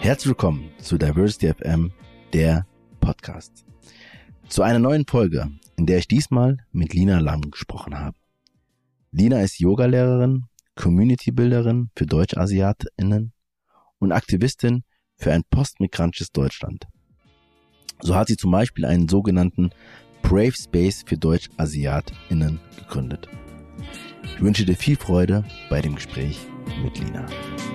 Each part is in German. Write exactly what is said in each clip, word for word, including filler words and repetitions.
Herzlich willkommen zu Diversity F M, der Podcast. Zu einer neuen Folge, in der ich diesmal mit Lina Lam gesprochen habe. Lina ist Yogalehrerin, Community-Builderin für DeutschasiatInnen und Aktivistin für ein postmigrantisches Deutschland. So hat sie zum Beispiel einen sogenannten Brave Space für DeutschasiatInnen gegründet. Ich wünsche dir viel Freude bei dem Gespräch mit Lina.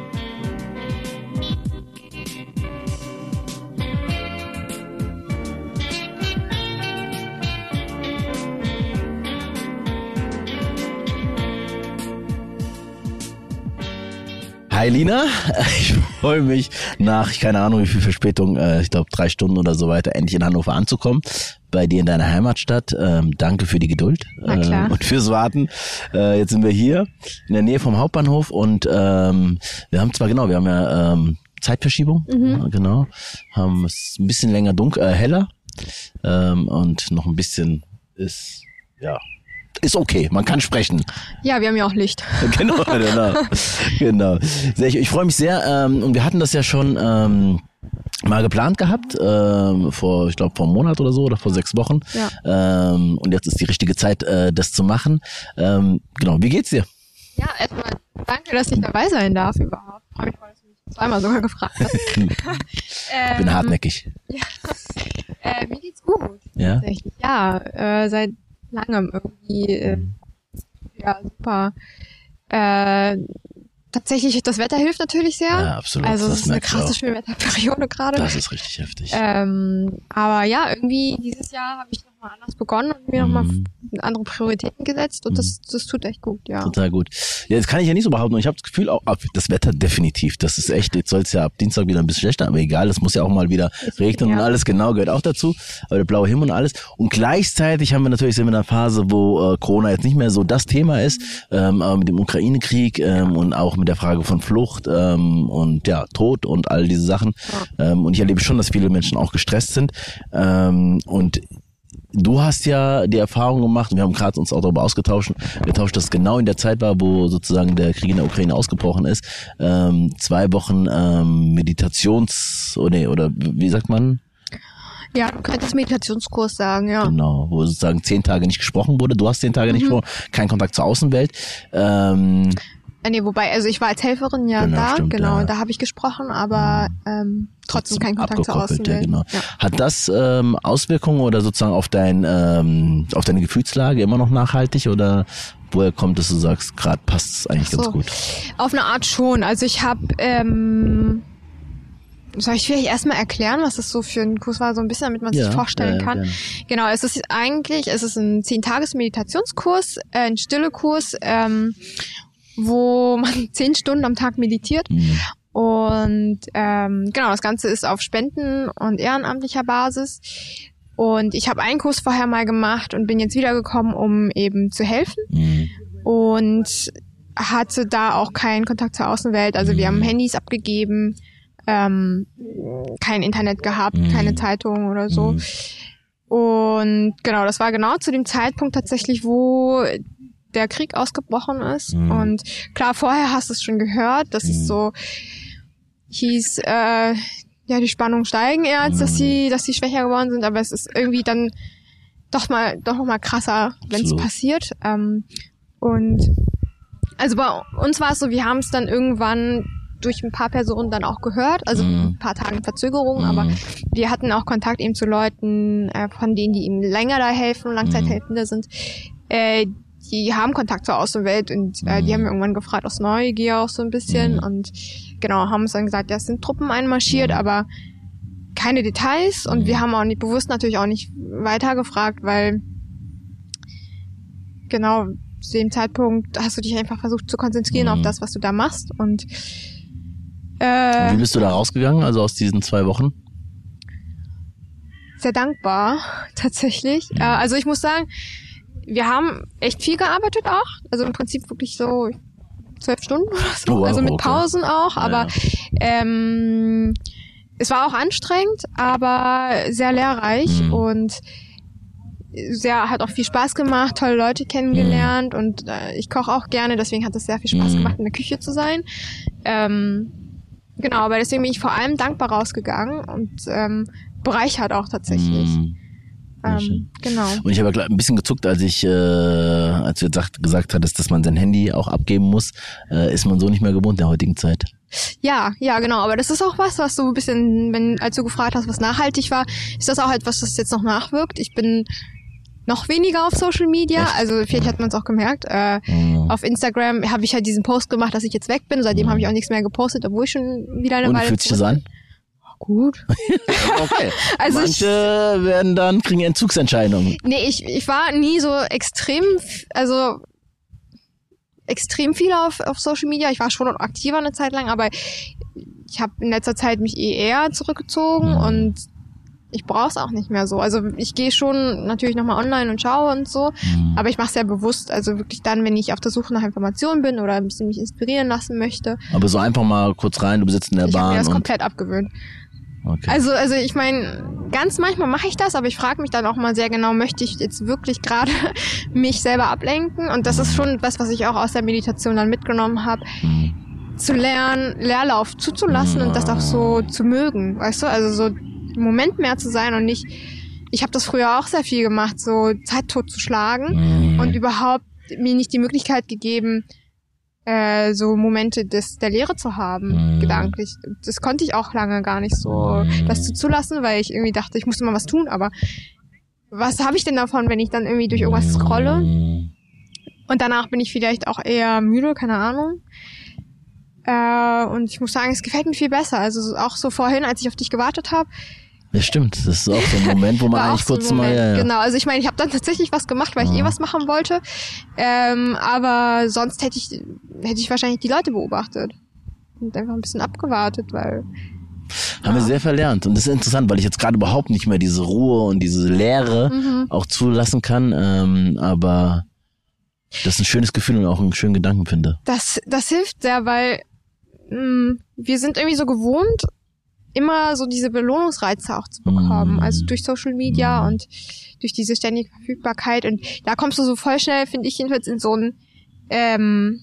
Hi Lina, ich freue mich nach, keine Ahnung wie viel Verspätung, äh, ich glaube drei Stunden oder so weiter, endlich in Hannover anzukommen, bei dir in deiner Heimatstadt. Ähm, danke für die Geduld äh, und fürs Warten. Äh, jetzt sind wir hier in der Nähe vom Hauptbahnhof und ähm, wir haben zwar, genau, wir haben ja ähm, Zeitverschiebung, mhm. ja, genau, haben es ein bisschen länger dunkel, äh, heller ähm, und noch ein bisschen ist, ja, ist okay, man kann sprechen. Ja, wir haben ja auch Licht. Genau, genau. genau. Sehr, ich, ich freue mich sehr. Ähm, und wir hatten das ja schon ähm, mal geplant gehabt, ähm, vor, ich glaube, vor einem Monat oder so oder vor sechs Wochen. Ja. Ähm, und jetzt ist die richtige Zeit, äh, das zu machen. Ähm, genau, wie geht's dir? Ja, erstmal danke, dass ich dabei sein darf überhaupt. Ich freue mich, dass du mich zweimal sogar gefragt hast. Ich ähm, bin hartnäckig. Ja. Äh, mir geht's gut. Ja? Tatsächlich. Ja, äh, seit langem irgendwie, äh, ja, super. Äh, tatsächlich, das Wetter hilft natürlich sehr. Ja, absolut. Also es das ist eine krasse Schönwetterperiode gerade. Das ist richtig heftig. Ähm, aber ja, irgendwie dieses Jahr habe ich nochmal anders begonnen und mir mm. nochmal andere Prioritäten gesetzt und mm. das, das tut echt gut, ja. Total gut. Ja, das kann ich ja nicht so behaupten und ich habe das Gefühl, auch das Wetter definitiv, das ist echt, jetzt soll es ja ab Dienstag wieder ein bisschen schlechter, aber egal, es muss ja auch mal wieder regnen ja. und alles, genau, gehört auch dazu, aber der blaue Himmel und alles. Und gleichzeitig haben wir natürlich, sind wir in einer Phase, wo äh, Corona jetzt nicht mehr so das Thema ist, ähm, aber mit dem Ukraine-Krieg ähm, und auch mit der Frage von Flucht ähm, und ja, Tod und all diese Sachen. Ja. Ähm, und ich erlebe schon, dass viele Menschen auch gestresst sind. Ähm, und du hast ja die Erfahrung gemacht, und wir haben gerade uns auch darüber ausgetauscht, getauscht, dass genau in der Zeit war, wo sozusagen der Krieg in der Ukraine ausgebrochen ist, ähm, zwei Wochen ähm, Meditations- oder, nee, oder wie sagt man? Ja, du könntest Meditationskurs sagen, ja. Genau, wo sozusagen zehn Tage nicht gesprochen wurde. Du hast zehn Tage mhm. nicht gesprochen, kein Kontakt zur Außenwelt. Ähm, Nee, wobei, also ich war als Helferin ja genau, da, stimmt, genau, ja. da habe ich gesprochen, aber ähm, trotzdem kein Kontakt zur Außenwelt. Ja, genau. Ja. Hat das ähm, Auswirkungen oder sozusagen auf dein ähm, auf deine Gefühlslage immer noch nachhaltig oder woher kommt es, du sagst, gerade passt es eigentlich so. ganz gut? Auf eine Art schon. Also ich habe, ähm, soll ich vielleicht erstmal erklären, was das so für ein Kurs war, so ein bisschen, damit man ja, sich vorstellen ja, kann. Gerne. Genau, es ist eigentlich, es ist ein zehn-Tages-Meditationskurs, äh, ein Stille-Kurs, ähm, wo man zehn Stunden am Tag meditiert. Mhm. Und ähm, genau, das Ganze ist auf Spenden- und ehrenamtlicher Basis. Und ich habe einen Kurs vorher mal gemacht und bin jetzt wiedergekommen, um eben zu helfen. Mhm. Und hatte da auch keinen Kontakt zur Außenwelt. Also mhm. wir haben Handys abgegeben, ähm, kein Internet gehabt, mhm. keine Zeitung oder so. Mhm. Und genau, das war genau zu dem Zeitpunkt tatsächlich, wo der Krieg ausgebrochen ist. Mhm. Und klar, vorher hast du es schon gehört, dass mhm. es so hieß, äh, ja, die Spannungen steigen eher, als mhm. dass sie, dass sie schwächer geworden sind, aber es ist irgendwie dann doch mal, doch noch mal krasser, wenn es passiert. Ähm, und also bei uns war es so, wir haben es dann irgendwann durch ein paar Personen dann auch gehört, also mhm. ein paar Tage Verzögerung, mhm. aber wir hatten auch Kontakt eben zu Leuten, äh, von denen, die eben länger da helfen, Langzeithelfende mhm. sind, äh, die haben Kontakt zur Außenwelt und äh, die haben mir irgendwann gefragt, aus Neugier auch so ein bisschen mhm. und genau, haben uns dann gesagt, ja, es sind Truppen einmarschiert, mhm. aber keine Details und mhm. wir haben auch nicht bewusst natürlich auch nicht weiter gefragt, weil genau zu dem Zeitpunkt hast du dich einfach versucht zu konzentrieren mhm. auf das, was du da machst und äh, wie bist du da rausgegangen, also aus diesen zwei Wochen? Sehr dankbar, tatsächlich. Mhm. Äh, also ich muss sagen, wir haben echt viel gearbeitet auch. Also im Prinzip wirklich so zwölf Stunden oder so. Oh, wow, also mit okay. Pausen auch. Aber ja. ähm, es war auch anstrengend, aber sehr lehrreich mhm. und sehr, hat auch viel Spaß gemacht, tolle Leute kennengelernt mhm. und äh, ich koche auch gerne, deswegen hat es sehr viel Spaß mhm. gemacht, in der Küche zu sein. Ähm, Genau, aber deswegen bin ich vor allem dankbar rausgegangen und ähm, bereichert auch tatsächlich. Mm. Ähm, genau. Und ich habe ein bisschen gezuckt, als ich, äh, als du jetzt sagt, gesagt hattest, dass man sein Handy auch abgeben muss, äh, ist man so nicht mehr gewohnt in der heutigen Zeit. Ja, ja, genau. Aber das ist auch was, was so ein bisschen, wenn, als du gefragt hast, was nachhaltig war, ist das auch etwas, das jetzt noch nachwirkt. Ich bin noch weniger auf Social Media, Echt? Also vielleicht hat man es auch gemerkt. Äh, mhm. Auf Instagram habe ich halt diesen Post gemacht, dass ich jetzt weg bin. Seitdem mhm. habe ich auch nichts mehr gepostet, obwohl ich schon wieder eine Und Weile fühlt sich das an? Gut. Okay. Also Manche ich, werden dann, kriegen Entzugsentscheidungen. Nee, ich, ich war nie so extrem, also extrem viel auf, auf Social Media. Ich war schon aktiver eine Zeit lang, aber ich habe in letzter Zeit mich eh eher zurückgezogen mhm. und ich brauche es auch nicht mehr so. Also ich gehe schon natürlich nochmal online und schaue und so, mhm. aber ich mache es sehr bewusst. Also wirklich dann, wenn ich auf der Suche nach Informationen bin oder ein bisschen mich inspirieren lassen möchte. Aber so einfach mal kurz rein, du sitzt in der ich Bahn. Ich habe mir das und komplett abgewöhnt. Okay. Also, also ich meine, ganz manchmal mache ich das, aber ich frage mich dann auch mal sehr genau, möchte ich jetzt wirklich gerade mich selber ablenken? Und das ist schon was, was ich auch aus der Meditation dann mitgenommen habe, mhm. zu lernen, Leerlauf zuzulassen mhm. und das auch so zu mögen, weißt du? Also so im Moment mehr zu sein und nicht, ich habe das früher auch sehr viel gemacht, so Zeit totzuschlagen mhm. und überhaupt mir nicht die Möglichkeit gegeben, äh, so Momente des, der Leere zu haben, mhm. gedanklich. Das konnte ich auch lange gar nicht so, mhm. das zuzulassen, weil ich irgendwie dachte, ich muss immer was tun, aber was habe ich denn davon, wenn ich dann irgendwie durch irgendwas scrolle? Und danach bin ich vielleicht auch eher müde, keine Ahnung. Äh, und ich muss sagen, es gefällt mir viel besser. Also auch so vorhin, als ich auf dich gewartet habe. Ja, stimmt. Das ist auch so ein Moment, wo man eigentlich so kurz mal... Ja, ja. Genau, also ich meine, ich habe dann tatsächlich was gemacht, weil ich ja. eh was machen wollte. Ähm, aber sonst hätte ich hätte ich wahrscheinlich die Leute beobachtet. Und einfach ein bisschen abgewartet, weil... Haben ja. wir sehr verlernt. Und das ist interessant, weil ich jetzt gerade überhaupt nicht mehr diese Ruhe und diese Leere mhm. auch zulassen kann. Ähm, aber das ist ein schönes Gefühl und auch einen schönen Gedanken finde. Das, das hilft sehr, weil mh, wir sind irgendwie so gewohnt, immer so diese Belohnungsreize auch zu bekommen. Mm. Also durch Social Media mm. und durch diese ständige Verfügbarkeit. Und da kommst du so voll schnell, finde ich jedenfalls, in so einen ähm,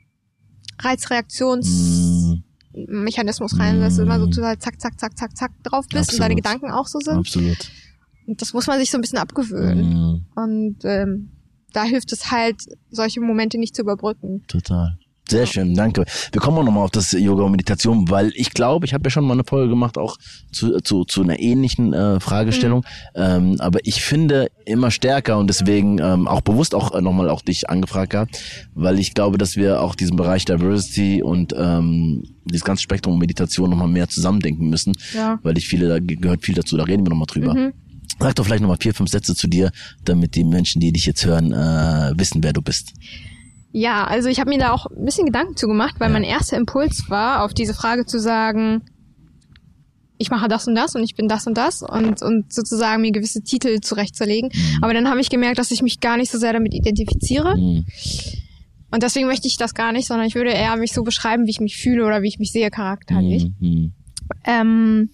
Reizreaktionsmechanismus mm. rein, dass du immer so total zack, zack, zack, zack, zack drauf bist Absolut. Und deine Gedanken auch so sind. Absolut. Und das muss man sich so ein bisschen abgewöhnen. Mm. Und ähm, da hilft es halt, solche Momente nicht zu überbrücken. Total. Sehr schön, danke. Wir kommen auch nochmal auf das Yoga und Meditation, weil ich glaube, ich habe ja schon mal eine Folge gemacht, auch zu zu, zu einer ähnlichen äh, Fragestellung. Mhm. Ähm, aber ich finde immer stärker und deswegen ähm, auch bewusst auch äh, nochmal auch dich angefragt gehabt, weil ich glaube, dass wir auch diesen Bereich Diversity und ähm, dieses ganze Spektrum Meditation nochmal mehr zusammendenken müssen, ja. weil ich viele, da gehört viel dazu, da reden wir nochmal drüber. Mhm. Sag doch vielleicht nochmal vier, fünf Sätze zu dir, damit die Menschen, die dich jetzt hören, äh, wissen, wer du bist. Ja, also ich habe mir da auch ein bisschen Gedanken zu gemacht, weil ja. mein erster Impuls war, auf diese Frage zu sagen, ich mache das und das und ich bin das und das und und sozusagen mir gewisse Titel zurechtzulegen. Mhm. Aber dann habe ich gemerkt, dass ich mich gar nicht so sehr damit identifiziere. Mhm. Und deswegen möchte ich das gar nicht, sondern ich würde eher mich so beschreiben, wie ich mich fühle oder wie ich mich sehe charakterlich. Mhm. Ähm,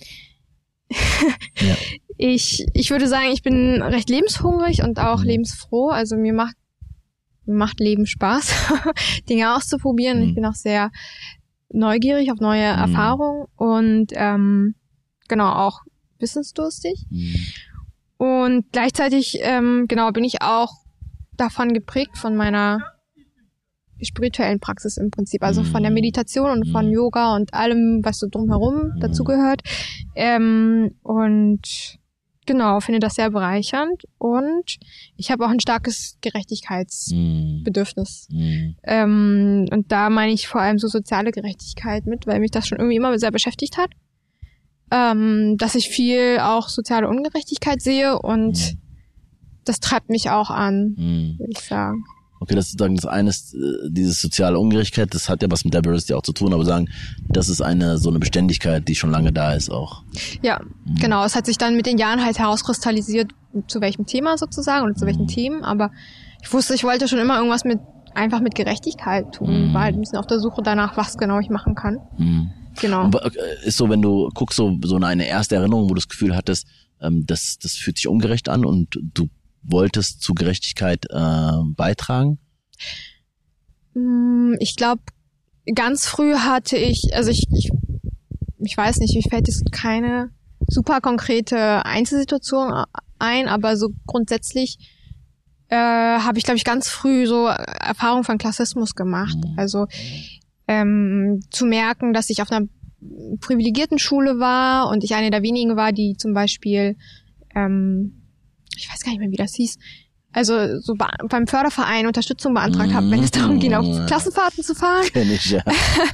ja. ich ich würde sagen, ich bin recht lebenshungrig und auch mhm. lebensfroh. Also mir macht macht Leben Spaß, Dinge auszuprobieren. Mhm. Ich bin auch sehr neugierig auf neue mhm. Erfahrungen und ähm, genau auch wissensdurstig. Mhm. Und gleichzeitig ähm, genau bin ich auch davon geprägt von meiner spirituellen Praxis im Prinzip, also von der Meditation und von Yoga und allem, was so drumherum dazugehört. Ähm, und genau, finde das sehr bereichernd und ich habe auch ein starkes Gerechtigkeitsbedürfnis. Mm. Ähm, und da meine ich vor allem so soziale Gerechtigkeit mit, weil mich das schon irgendwie immer sehr beschäftigt hat. Ähm, dass ich viel auch soziale Ungerechtigkeit sehe und mm. das treibt mich auch an, mm. würde ich sagen. Okay, das ist sozusagen das eine, ist, dieses soziale Ungerechtigkeit, das hat ja was mit Diversity auch zu tun, aber sagen, das ist eine so eine Beständigkeit, die schon lange da ist auch. Ja, mhm. genau. Es hat sich dann mit den Jahren halt herauskristallisiert, zu welchem Thema sozusagen oder zu welchen mhm. Themen, aber ich wusste, ich wollte schon immer irgendwas mit einfach mit Gerechtigkeit tun, mhm. war halt ein bisschen auf der Suche danach, was genau ich machen kann. Mhm. Genau. Und ist so, wenn du guckst, so, so eine erste Erinnerung, wo du das Gefühl hattest, ähm, das, das fühlt sich ungerecht an und du wolltest zu Gerechtigkeit äh, beitragen? Ich glaube, ganz früh hatte ich, also ich, ich ich weiß nicht, mir fällt jetzt keine super konkrete Einzelsituation ein, aber so grundsätzlich äh, habe ich, glaube ich, ganz früh so Erfahrung von Klassismus gemacht. Also ähm, zu merken, dass ich auf einer privilegierten Schule war und ich eine der wenigen war, die zum Beispiel, ähm, ich weiß gar nicht mehr, wie das hieß, also so be- beim Förderverein Unterstützung beantragt habe, wenn es darum ging, auf Klassenfahrten zu fahren. Kenn ich, ja.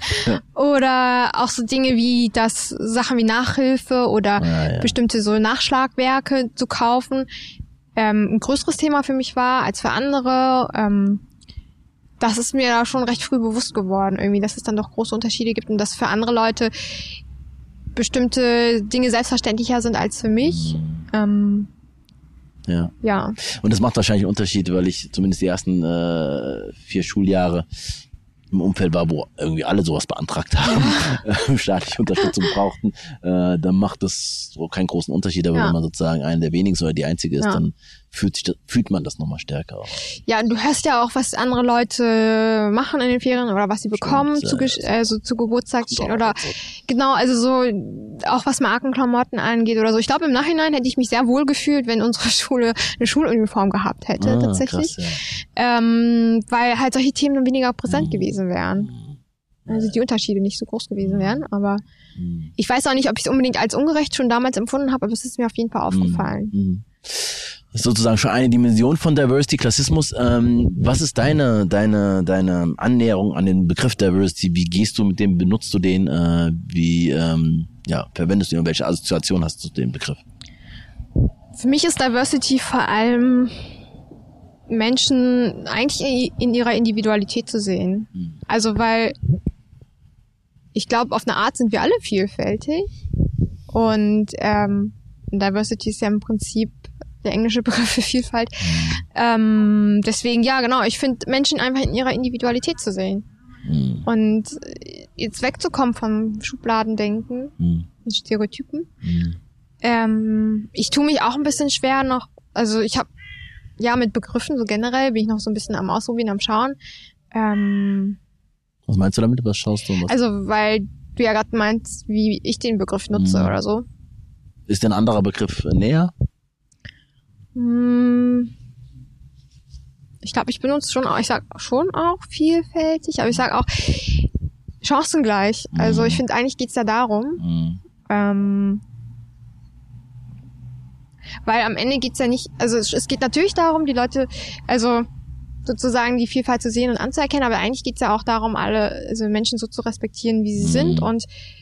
Oder auch so Dinge wie das Sachen wie Nachhilfe oder ja, ja. bestimmte so Nachschlagwerke zu kaufen, ähm, ein größeres Thema für mich war als für andere. Ähm, das ist mir da schon recht früh bewusst geworden, irgendwie, dass es dann doch große Unterschiede gibt und dass für andere Leute bestimmte Dinge selbstverständlicher sind als für mich. Mhm. Ähm, Ja. Ja. Und das macht wahrscheinlich einen Unterschied, weil ich zumindest die ersten äh, vier Schuljahre im Umfeld war, wo irgendwie alle sowas beantragt haben, ja. staatliche Unterstützung brauchten, äh, dann macht das so keinen großen Unterschied. Aber ja. wenn man sozusagen einer der wenigen oder die einzige ist, ja. dann fühlt sich das, fühlt man das nochmal stärker. Ja, und du hörst ja auch, was andere Leute machen in den Ferien oder was sie bekommen Stimmt, zu, äh, also zu Geburtstag oder genau, also so auch was Markenklamotten angeht oder so. Ich glaube, im Nachhinein hätte ich mich sehr wohl gefühlt, wenn unsere Schule eine Schuluniform gehabt hätte, ah, tatsächlich. Krass, ja. ähm, weil halt solche Themen dann weniger präsent mhm. gewesen wären. Also die Unterschiede nicht so groß gewesen wären, aber mhm. ich weiß auch nicht, ob ich es unbedingt als ungerecht schon damals empfunden habe, aber es ist mir auf jeden Fall aufgefallen. Mhm. Das ist sozusagen schon eine Dimension von Diversity, Klassismus. Ähm, was ist deine deine deine Annäherung an den Begriff Diversity? Wie gehst du mit dem, benutzt du den? Äh, wie ähm, ja, verwendest du ihn? Welche Assoziation hast du zu dem Begriff? Für mich ist Diversity vor allem Menschen eigentlich in ihrer Individualität zu sehen. Mhm. Also weil ich glaube, auf eine Art sind wir alle vielfältig und ähm, Diversity ist ja im Prinzip der englische Begriff für Vielfalt. Mhm. Ähm, deswegen, ja, genau, ich finde Menschen einfach in ihrer Individualität zu sehen. Mhm. Und jetzt wegzukommen vom Schubladendenken, mhm. und Stereotypen. Mhm. Ähm, ich tue mich auch ein bisschen schwer noch, also ich habe, ja, mit Begriffen, so generell bin ich noch so ein bisschen am Ausprobieren, am Schauen. Ähm, was meinst du damit? Was schaust du? Was? Also, weil du ja gerade meinst, wie ich den Begriff nutze mhm. oder so. Ist denn ein anderer Begriff näher? Ich glaube, ich benutze schon auch, ich sag schon auch vielfältig, aber ich sag auch chancengleich. Mhm. Also ich finde, eigentlich geht's ja darum, mhm. ähm, weil am Ende geht's ja nicht, also es, es geht natürlich darum, die Leute, also sozusagen die Vielfalt zu sehen und anzuerkennen, aber eigentlich geht's ja auch darum, alle also Menschen so zu respektieren, wie sie mhm. sind und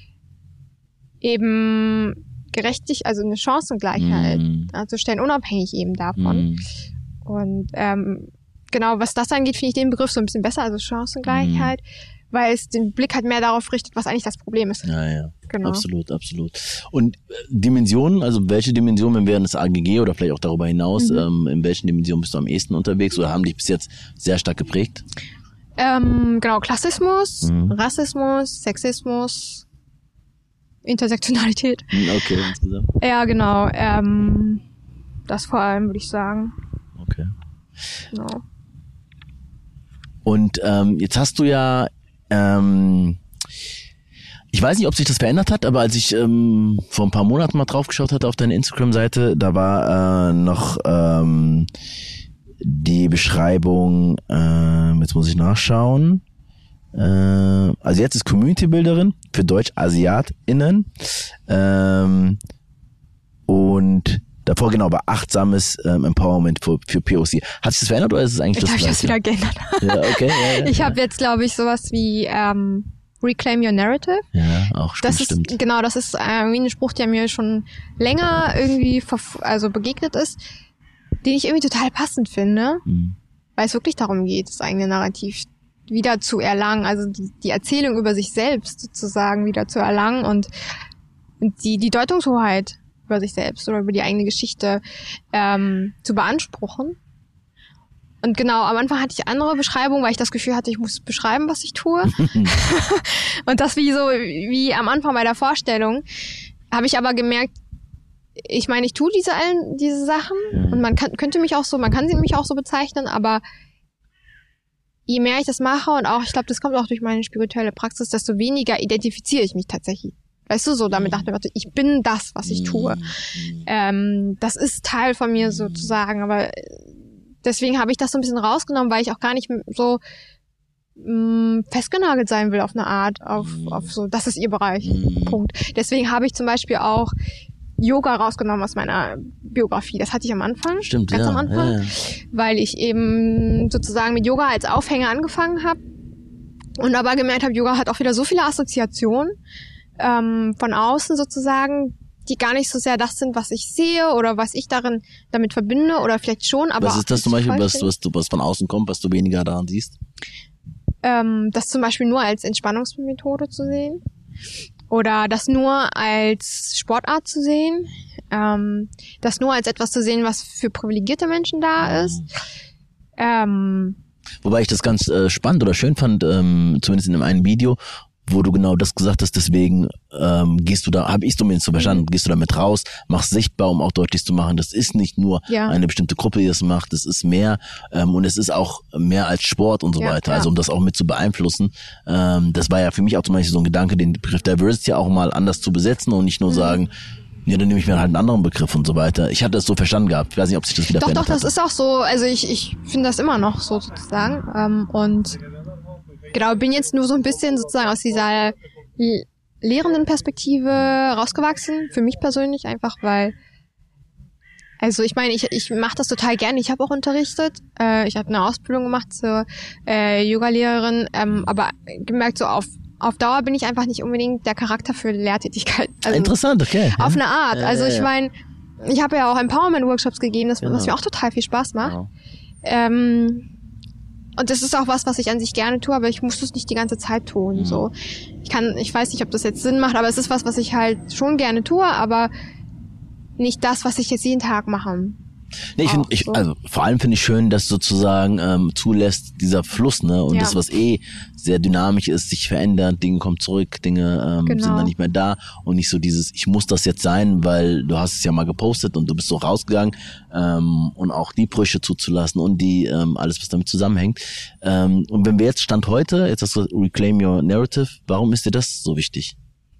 eben gerechtig, also eine Chancengleichheit mm. darzustellen, unabhängig eben davon. Mm. Und ähm, genau, was das angeht, finde ich den Begriff so ein bisschen besser, also Chancengleichheit, mm. weil es den Blick halt mehr darauf richtet, was eigentlich das Problem ist. Ja, ja, genau. Absolut, absolut. Und Dimensionen, also welche Dimensionen, wenn wir das A G G oder vielleicht auch darüber hinaus, mhm. ähm, in welchen Dimensionen bist du am ehesten unterwegs oder haben dich bis jetzt sehr stark geprägt? Ähm, genau, Klassismus, mm. Rassismus, Sexismus, Intersektionalität. Okay, insgesamt. Ja, genau. Ähm, das vor allem, würde ich sagen. Okay. Genau. Und ähm, jetzt hast du ja, ähm, ich weiß nicht, ob sich das verändert hat, aber als ich ähm, vor ein paar Monaten mal draufgeschaut hatte auf deine Instagram-Seite, da war äh, noch ähm, die Beschreibung, äh, jetzt muss ich nachschauen, also jetzt ist Community-Builderin für Deutsch-AsiatInnen ähm, und davor genau war achtsames ähm, Empowerment für, für P O C. Hat sich das verändert oder ist es eigentlich ich das Gleiche? Ich habe das wieder geändert. Ja, okay. Ja, ja, ich ja. habe jetzt, glaube ich, sowas wie ähm, Reclaim Your Narrative. Ja, auch das stimmt. Ist, genau, das ist irgendwie ein Spruch, der mir schon länger irgendwie verf- also begegnet ist, den ich irgendwie total passend finde, mhm. weil es wirklich darum geht, das eigene Narrativ wieder zu erlangen, also die, die Erzählung über sich selbst sozusagen wieder zu erlangen und, und die, die Deutungshoheit über sich selbst oder über die eigene Geschichte ähm, zu beanspruchen. Und genau, am Anfang hatte ich andere Beschreibungen, weil ich das Gefühl hatte, ich muss beschreiben, was ich tue. Und das wie so, wie am Anfang bei der Vorstellung, habe ich aber gemerkt, ich meine, ich tue diese allen, diese Sachen und man kann, könnte mich auch so, man kann sie mich auch so bezeichnen, aber je mehr ich das mache und auch, ich glaube, das kommt auch durch meine spirituelle Praxis, desto weniger identifiziere ich mich tatsächlich Weißt du, so damit dachte ich, ich bin das, was ich tue. Ähm, das ist Teil von mir sozusagen, aber deswegen habe ich das so ein bisschen rausgenommen, weil ich auch gar nicht so mh, festgenagelt sein will auf eine Art, auf, auf so, das ist ihr Bereich, Punkt. Deswegen habe ich zum Beispiel auch Yoga rausgenommen aus meiner Biografie. Das hatte ich am Anfang, Stimmt, ganz ja, am Anfang, ja, ja. weil ich eben sozusagen mit Yoga als Aufhänger angefangen habe und aber gemerkt habe, Yoga hat auch wieder so viele Assoziationen ähm, von außen sozusagen, die gar nicht so sehr das sind, was ich sehe oder was ich darin damit verbinde oder vielleicht schon, aber was ist das zum Beispiel, was, was du was von außen kommt, was du weniger daran siehst? Ähm, das zum Beispiel nur als Entspannungsmethode zu sehen oder das nur als Sportart zu sehen, ähm, das nur als etwas zu sehen, was für privilegierte Menschen da ist. Ähm, Wobei ich das ganz äh, spannend oder schön fand, ähm, zumindest in einem einen Video, wo du genau das gesagt hast, deswegen ähm, gehst du da, habe ich zumindest so verstanden, gehst du damit raus, machst sichtbar, um auch deutlich zu machen, das ist nicht nur ja. eine bestimmte Gruppe, die das macht, das ist mehr ähm, und es ist auch mehr als Sport und so ja, weiter, ja. also um das auch mit zu beeinflussen. Ähm, das war ja für mich auch zum Beispiel so ein Gedanke, den Begriff Diversity auch mal anders zu besetzen und nicht nur mhm. sagen, ja, dann nehme ich mir halt einen anderen Begriff und so weiter. Ich hatte das so verstanden gehabt. Ich weiß nicht, ob sich das wieder doch, verändert Doch, doch, das hatte. ist auch so, also ich, ich finde das immer noch so sozusagen ähm, und genau, bin jetzt nur so ein bisschen sozusagen aus dieser lehrenden Perspektive rausgewachsen, für mich persönlich einfach, weil also ich meine, ich ich mache das total gerne, ich habe auch unterrichtet, äh, ich habe eine Ausbildung gemacht zur äh, Yoga-Lehrerin, ähm, aber gemerkt, so auf auf Dauer bin ich einfach nicht unbedingt der Charakter für Lehrtätigkeit. Also interessant, okay. Auf eine Art, ja, also ja, ich ja. meine, ich habe ja auch Empowerment-Workshops gegeben, das, genau. was mir auch total viel Spaß macht. Genau. Ähm, Und das ist auch was, was ich an sich gerne tue, aber ich muss das nicht die ganze Zeit tun. Mhm. So, ich kann, ich weiß nicht, ob das jetzt Sinn macht, aber es ist was, was ich halt schon gerne tue, aber nicht das, was ich jetzt jeden Tag mache. Nee, ich finde, ich, so. also vor allem finde ich schön, dass sozusagen ähm, zulässt dieser Fluss, ne, und ja. das, was eh sehr dynamisch ist, sich verändert, Dinge kommen zurück, Dinge ähm, genau. sind dann nicht mehr da und nicht so dieses, ich muss das jetzt sein, weil du hast es ja mal gepostet und du bist so rausgegangen ähm, und auch die Brüche zuzulassen und die ähm, alles, was damit zusammenhängt. Ähm, und wenn wir jetzt Stand heute, jetzt hast du Reclaim Your Narrative, warum ist dir das so wichtig?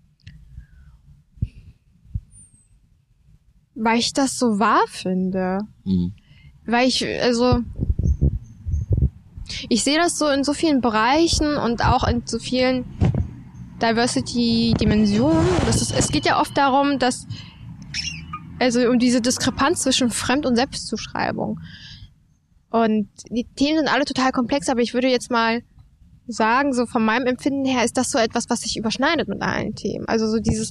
Weil ich das so wahr finde. Mhm. Weil ich, also, ich sehe das so in so vielen Bereichen und auch in so vielen Diversity-Dimensionen. Das ist, es geht ja oft darum, dass, also um diese Diskrepanz zwischen Fremd- und Selbstzuschreibung. Und die Themen sind alle total komplex, aber ich würde jetzt mal sagen, so von meinem Empfinden her ist das so etwas, was sich überschneidet mit allen Themen. Also so dieses,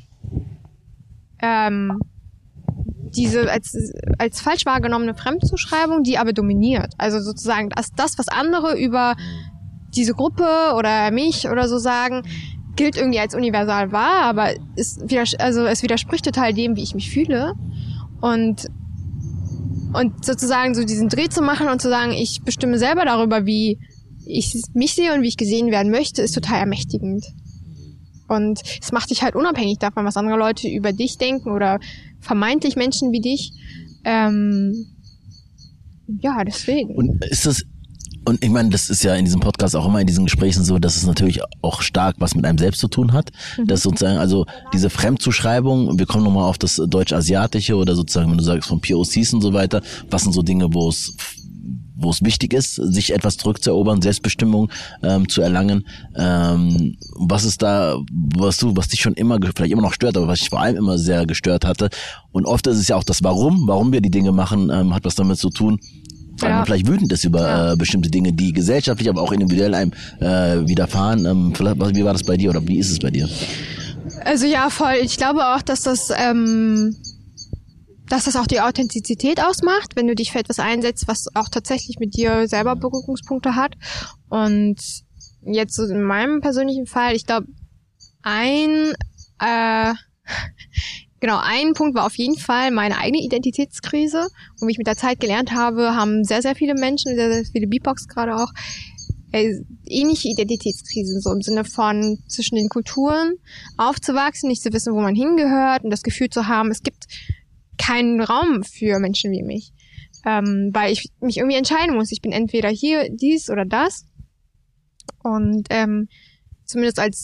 ähm, diese als als falsch wahrgenommene Fremdzuschreibung, die aber dominiert. Also sozusagen das, das, was andere über diese Gruppe oder mich oder so sagen, gilt irgendwie als universal wahr, aber es, widers- also es widerspricht total dem, wie ich mich fühle. Und und sozusagen so diesen Dreh zu machen und zu sagen, ich bestimme selber darüber, wie ich mich sehe und wie ich gesehen werden möchte, ist total ermächtigend. Und es macht dich halt unabhängig davon, was andere Leute über dich denken oder vermeintlich Menschen wie dich. Ähm, ja, deswegen. Und ist das, und ich meine, das ist ja in diesem Podcast auch immer in diesen Gesprächen so, dass es natürlich auch stark was mit einem selbst zu tun hat. Mhm. Dass sozusagen, also diese Fremdzuschreibung, wir kommen nochmal auf das Deutsch-Asiatische oder sozusagen, wenn du sagst von P O Cs und so weiter, was sind so Dinge, wo es wo es wichtig ist, sich etwas zurückzuerobern, Selbstbestimmung ähm, zu erlangen. Ähm, was ist da, was du, was dich schon immer, vielleicht immer noch stört, aber was dich vor allem immer sehr gestört hatte. Und oft ist es ja auch das Warum, warum wir die Dinge machen, ähm, hat was damit zu tun, weil ja. man vielleicht wütend ist über ja. äh, bestimmte Dinge, die gesellschaftlich, aber auch individuell einem äh, widerfahren. Ähm, vielleicht, wie war das bei dir oder wie ist es bei dir? Also ja, voll. Ich glaube auch, dass das ähm dass das auch die Authentizität ausmacht, wenn du dich für etwas einsetzt, was auch tatsächlich mit dir selber Berührungspunkte hat. Und jetzt so in meinem persönlichen Fall, ich glaube, ein, äh, genau, ein Punkt war auf jeden Fall meine eigene Identitätskrise. Und wie ich mit der Zeit gelernt habe, haben sehr, sehr viele Menschen, sehr, sehr viele B I P O Cs gerade auch, äh, ähnliche Identitätskrisen, so im Sinne von zwischen den Kulturen aufzuwachsen, nicht zu wissen, wo man hingehört und das Gefühl zu haben, es gibt keinen Raum für Menschen wie mich, ähm, weil ich mich irgendwie entscheiden muss. Ich bin entweder hier, dies oder das. Und ähm, zumindest als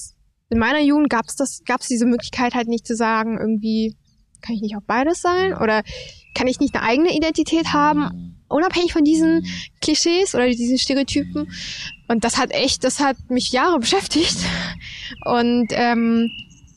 in meiner Jugend gab es das, gab es diese Möglichkeit halt nicht zu sagen, irgendwie kann ich nicht auch beides sein oder kann ich nicht eine eigene Identität haben, unabhängig von diesen Klischees oder diesen Stereotypen. Und das hat echt, das hat mich Jahre beschäftigt. Und ähm,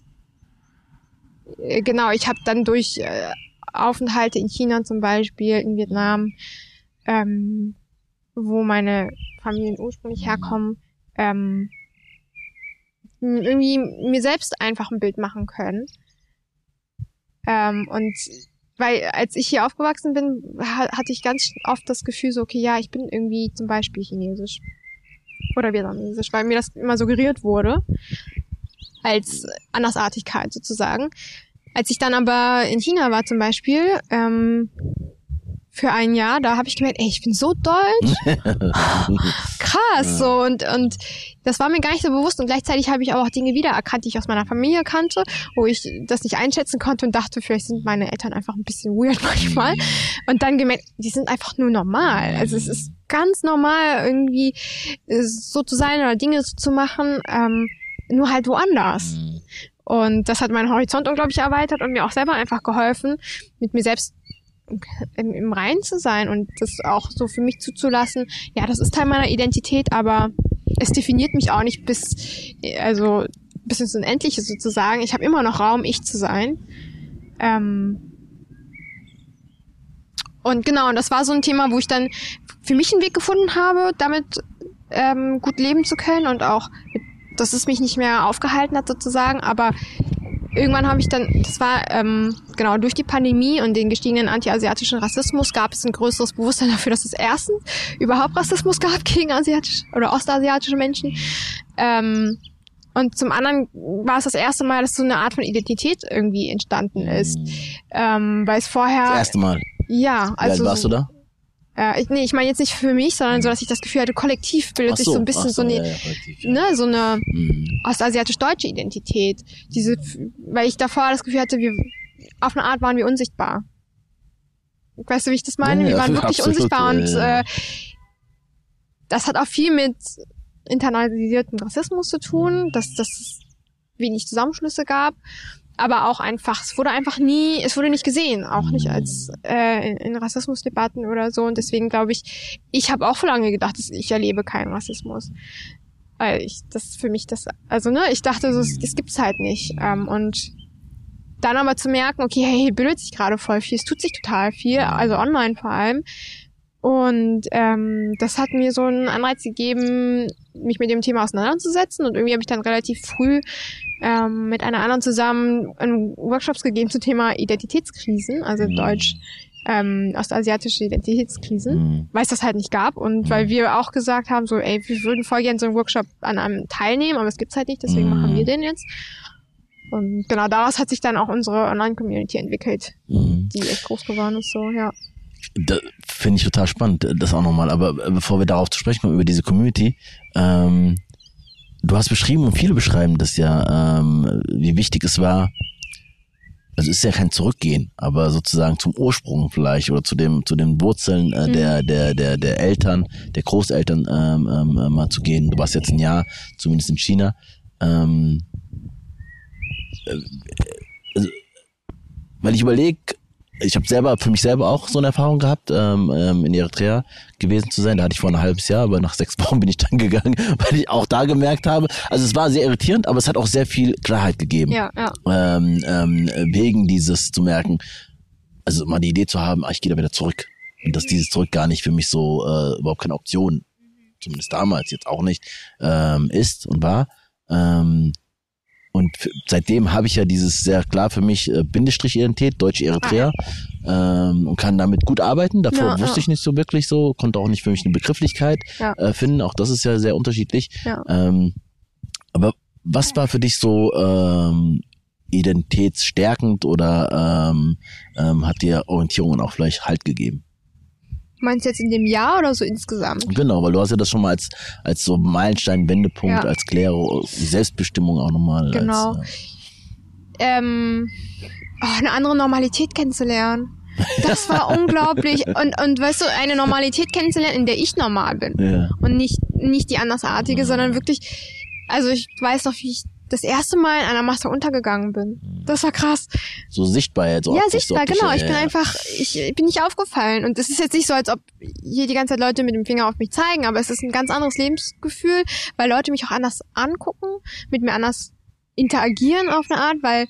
genau, ich habe dann durch äh, Aufenthalte in China zum Beispiel, in Vietnam, ähm, wo meine Familien ursprünglich herkommen, ähm, irgendwie mir selbst einfach ein Bild machen können. Ähm, und weil als ich hier aufgewachsen bin, ha- hatte ich ganz oft das Gefühl so, okay, ja, ich bin irgendwie zum Beispiel chinesisch oder vietnamesisch, weil mir das immer suggeriert wurde als Andersartigkeit sozusagen. Als ich dann aber in China war zum Beispiel, ähm, für ein Jahr, da habe ich gemerkt, ey, ich bin so deutsch. Krass, so. Und, und das war mir gar nicht so bewusst. Und gleichzeitig habe ich aber auch Dinge wiedererkannt, die ich aus meiner Familie kannte, wo ich das nicht einschätzen konnte und dachte, vielleicht sind meine Eltern einfach ein bisschen weird manchmal. Und dann gemerkt, die sind einfach nur normal. Also es ist ganz normal, irgendwie so zu sein oder Dinge so zu machen, ähm, nur halt woanders. Und das hat meinen Horizont unglaublich erweitert und mir auch selber einfach geholfen, mit mir selbst im, im Reinen zu sein und das auch so für mich zuzulassen. Ja, das ist Teil meiner Identität, aber es definiert mich auch nicht bis, also bis ins Unendliche sozusagen. Ich habe immer noch Raum, ich zu sein. Ähm und genau, und das war so ein Thema, wo ich dann für mich einen Weg gefunden habe, damit ähm, gut leben zu können und auch, dass es mich nicht mehr aufgehalten hat sozusagen, aber irgendwann habe ich dann, das war ähm, genau durch die Pandemie und den gestiegenen anti-asiatischen Rassismus gab es ein größeres Bewusstsein dafür, dass es erstens überhaupt Rassismus gab gegen asiatische oder ostasiatische Menschen. Ähm, und zum anderen war es das erste Mal, dass so eine Art von Identität irgendwie entstanden ist. Ähm, weil es vorher... Das erste Mal? Ja. Also Wie alt warst du da? Äh, ich, nee, ich meine jetzt nicht für mich, sondern so, dass ich das Gefühl hatte, kollektiv bildet so, sich so ein bisschen so, so eine, ja, ja, ja. ne, so eine mhm. ostasiatisch-deutsche Identität. Diese, weil ich davor das Gefühl hatte, wir, auf eine Art waren wir unsichtbar. Weißt du, wie ich das meine? Ja, wir waren wirklich absolut, unsichtbar und ja. äh, das hat auch viel mit internalisiertem Rassismus zu tun, dass, dass es wenig Zusammenschlüsse gab. Aber auch einfach, es wurde einfach nie, es wurde nicht gesehen, auch nicht als äh, in, in Rassismusdebatten oder so. Und deswegen glaube ich, ich habe auch vor lange gedacht, dass ich erlebe keinen Rassismus. Weil ich, das ist für mich das, also ne, ich dachte, so, das gibt's halt nicht. Ähm, und dann aber zu merken, okay, hey, hier bildet sich gerade voll viel, es tut sich total viel, also online vor allem. Und ähm, das hat mir so einen Anreiz gegeben, mich mit dem Thema auseinanderzusetzen. Und irgendwie habe ich dann relativ früh ähm, mit einer anderen zusammen einen Workshops gegeben zum Thema Identitätskrisen, also mhm. Deutsch ähm, ostasiatische Identitätskrisen, mhm. weil es das halt nicht gab. Und mhm. weil wir auch gesagt haben, so, ey, wir würden voll gerne so einen Workshop an einem teilnehmen, aber es gibt's halt nicht, deswegen mhm. machen wir den jetzt. Und genau daraus hat sich dann auch unsere Online-Community entwickelt, mhm. die echt groß geworden ist, so, ja. Das finde ich total spannend, das auch nochmal. Aber bevor wir darauf zu sprechen kommen, über diese Community, ähm, du hast beschrieben und viele beschreiben das ja, ähm, wie wichtig es war, also es ist ja kein Zurückgehen, aber sozusagen zum Ursprung vielleicht oder zu dem zu den Wurzeln äh, mhm. der der der der Eltern, der Großeltern ähm, ähm, mal zu gehen. Du warst jetzt ein Jahr, zumindest in China. Ähm, äh, also, weil ich überlege, ich habe selber für mich selber auch so eine Erfahrung gehabt, ähm, ähm, in Eritrea gewesen zu sein. Da hatte ich vor ein halbes Jahr, aber nach sechs Wochen bin ich dann gegangen, weil ich auch da gemerkt habe, also es war sehr irritierend, aber es hat auch sehr viel Klarheit gegeben. Ja, ja. Ähm, ähm, wegen dieses zu merken, also mal die Idee zu haben, ah, ich gehe da wieder zurück. Und dass dieses Zurück gar nicht für mich so äh, überhaupt keine Option, zumindest damals, jetzt auch nicht, ähm, ist und war. Ähm, Und seitdem habe ich ja dieses sehr klar für mich äh, Bindestrich-Identität, deutsche Eritrea, ah. ähm, und kann damit gut arbeiten. Davor ja, wusste ja. ich nicht so wirklich so, konnte auch nicht für mich eine Begrifflichkeit ja. äh, finden. Auch das ist ja sehr unterschiedlich. Ja. Ähm, aber was war für dich so ähm, identitätsstärkend oder ähm, ähm, hat dir Orientierungen auch vielleicht Halt gegeben? Meinst du jetzt in dem Jahr oder so insgesamt? Genau, weil du hast ja das schon mal als als so Meilenstein, Wendepunkt, ja. als Klärung, Selbstbestimmung auch nochmal. Genau. Als, äh ähm, oh, eine andere Normalität kennenzulernen. Das war unglaublich. Und und weißt du, eine Normalität kennenzulernen, in der ich normal bin. Ja. Und nicht nicht die andersartige, ja. sondern wirklich also ich weiß noch, wie ich das erste Mal in einer Masse untergegangen bin. Das war krass. So sichtbar jetzt. So ja, optisch, sichtbar, so optisch, genau. Ich ja, bin ja. einfach, ich, ich bin nicht aufgefallen. Und es ist jetzt nicht so, als ob hier die ganze Zeit Leute mit dem Finger auf mich zeigen, aber es ist ein ganz anderes Lebensgefühl, weil Leute mich auch anders angucken, mit mir anders interagieren auf eine Art, weil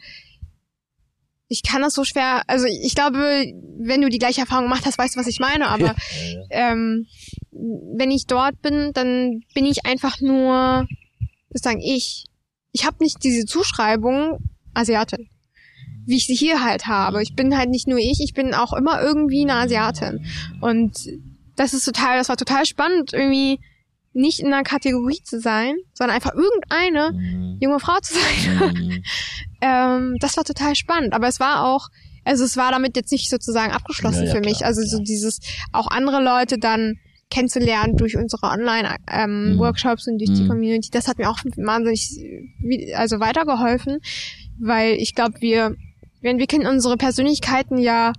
ich kann das so schwer, also ich glaube, wenn du die gleiche Erfahrung gemacht hast, weißt du, was ich meine, aber ja, ja, ja. Ähm, wenn ich dort bin, dann bin ich einfach nur, sozusagen ich. Ich habe nicht diese Zuschreibung Asiatin, wie ich sie hier halt habe. Ich bin halt nicht nur ich, ich bin auch immer irgendwie eine Asiatin. Und das ist total, das war total spannend, irgendwie nicht in einer Kategorie zu sein, sondern einfach irgendeine mhm. junge Frau zu sein. Mhm. ähm, das war total spannend. Aber es war auch, also es war damit jetzt nicht sozusagen abgeschlossen ja, ja, für mich. Klar, also klar. So dieses, auch andere Leute dann kennenzulernen durch unsere Online-Workshops ähm, mhm. und durch die Community, das hat mir auch wahnsinnig also weitergeholfen, weil ich glaube, wir, wir entwickeln unsere Persönlichkeiten ja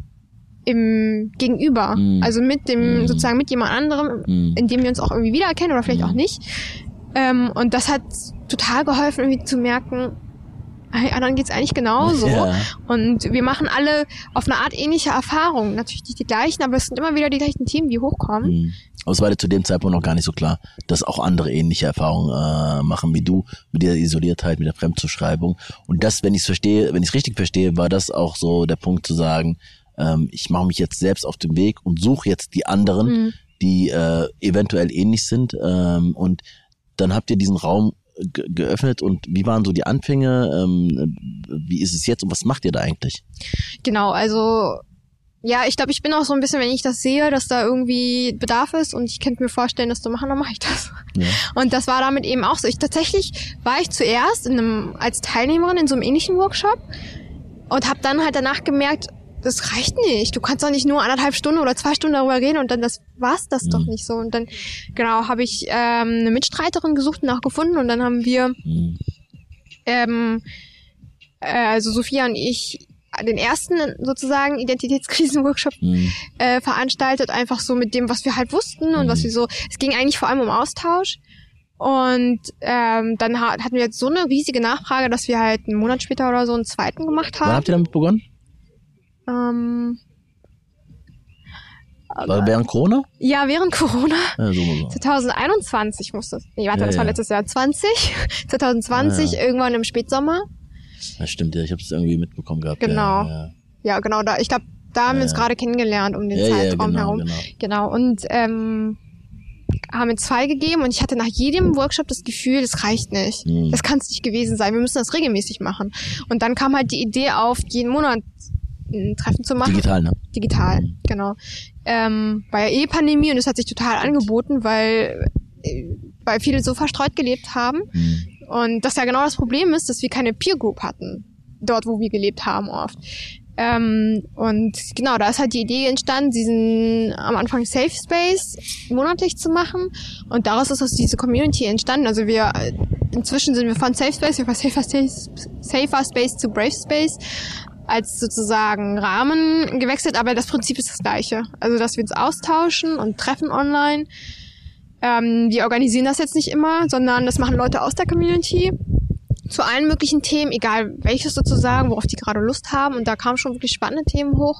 im Gegenüber, mhm. also mit dem, mhm. sozusagen mit jemand anderem, mhm. in dem wir uns auch irgendwie wiedererkennen oder vielleicht mhm. auch nicht. Ähm, und das hat total geholfen, irgendwie zu merken, hey, anderen geht's eigentlich genauso. Ja. Und wir machen alle auf eine Art ähnliche Erfahrungen. Natürlich nicht die gleichen, aber es sind immer wieder die gleichen Themen, die hochkommen. Mhm. Aber es war dir zu dem Zeitpunkt noch gar nicht so klar, dass auch andere ähnliche Erfahrungen äh, machen wie du, mit der Isoliertheit, mit der Fremdzuschreibung. Und das, wenn ich es verstehe, wenn ich es richtig verstehe, war das auch so der Punkt zu sagen, ähm, ich mache mich jetzt selbst auf den Weg und suche jetzt die anderen, mhm. die äh, eventuell ähnlich sind. Ähm, und dann habt ihr diesen Raum ge- geöffnet. Und wie waren so die Anfänge? Ähm, wie ist es jetzt und was macht ihr da eigentlich? Genau, also ja, ich glaube, ich bin auch so ein bisschen, wenn ich das sehe, dass da irgendwie Bedarf ist und ich könnte mir vorstellen, das zu machen, dann mache ich das. Ja. Und das war damit eben auch so. Ich tatsächlich war ich zuerst in einem als Teilnehmerin in so einem ähnlichen Workshop und habe dann halt danach gemerkt, das reicht nicht. Du kannst doch nicht nur anderthalb Stunden oder zwei Stunden darüber reden und dann das war's das mhm. doch nicht so. Und dann genau habe ich ähm, eine Mitstreiterin gesucht und auch gefunden und dann haben wir mhm. ähm, äh, also Sophia und ich den ersten sozusagen Identitätskrisen-Workshop mhm. äh, veranstaltet, einfach so mit dem, was wir halt wussten und mhm. was wir so, es ging eigentlich vor allem um Austausch und ähm, dann ha- hatten wir jetzt so eine riesige Nachfrage, dass wir halt einen Monat später oder so einen zweiten gemacht haben. Wann habt ihr damit begonnen? Ähm, War während Corona? Ja, während Corona. Ja, so so. zwanzig einundzwanzig musste es. Nee, warte, ja, das ja. war letztes Jahr. zwanzig zwanzig zwanzig, ah, ja. Irgendwann im Spätsommer. Das stimmt, ja, ich habe es irgendwie mitbekommen gehabt. Genau. Ja, ja. ja genau, da, ich glaube, da haben ja, wir uns ja. gerade kennengelernt um den ja, Zeitraum ja, genau, herum. Genau. genau. Und ähm, haben mir zwei gegeben und ich hatte nach jedem Workshop das Gefühl, das reicht nicht. Mhm. Das kann es nicht gewesen sein. Wir müssen das regelmäßig machen. Und dann kam halt die Idee auf, jeden Monat ein Treffen zu machen. Digital, ne? Digital, mhm. genau. Ähm, war ja eh Pandemie und es hat sich total angeboten, weil, weil viele so verstreut gelebt haben. Mhm. Und das ja genau das Problem ist, dass wir keine Peer Group hatten, dort wo wir gelebt haben oft. Ähm, und genau, da ist halt die Idee entstanden, diesen am Anfang Safe Space monatlich zu machen. Und daraus ist aus diese Community entstanden. Also wir, inzwischen sind wir von Safe Space, wir von Safer Space, Safer Space zu Brave Space als sozusagen Rahmen gewechselt, aber das Prinzip ist das gleiche. Also, dass wir uns austauschen und treffen online. Ähm, wir organisieren das jetzt nicht immer, sondern das machen Leute aus der Community zu allen möglichen Themen, egal welches sozusagen, worauf die gerade Lust haben. Und da kamen schon wirklich spannende Themen hoch.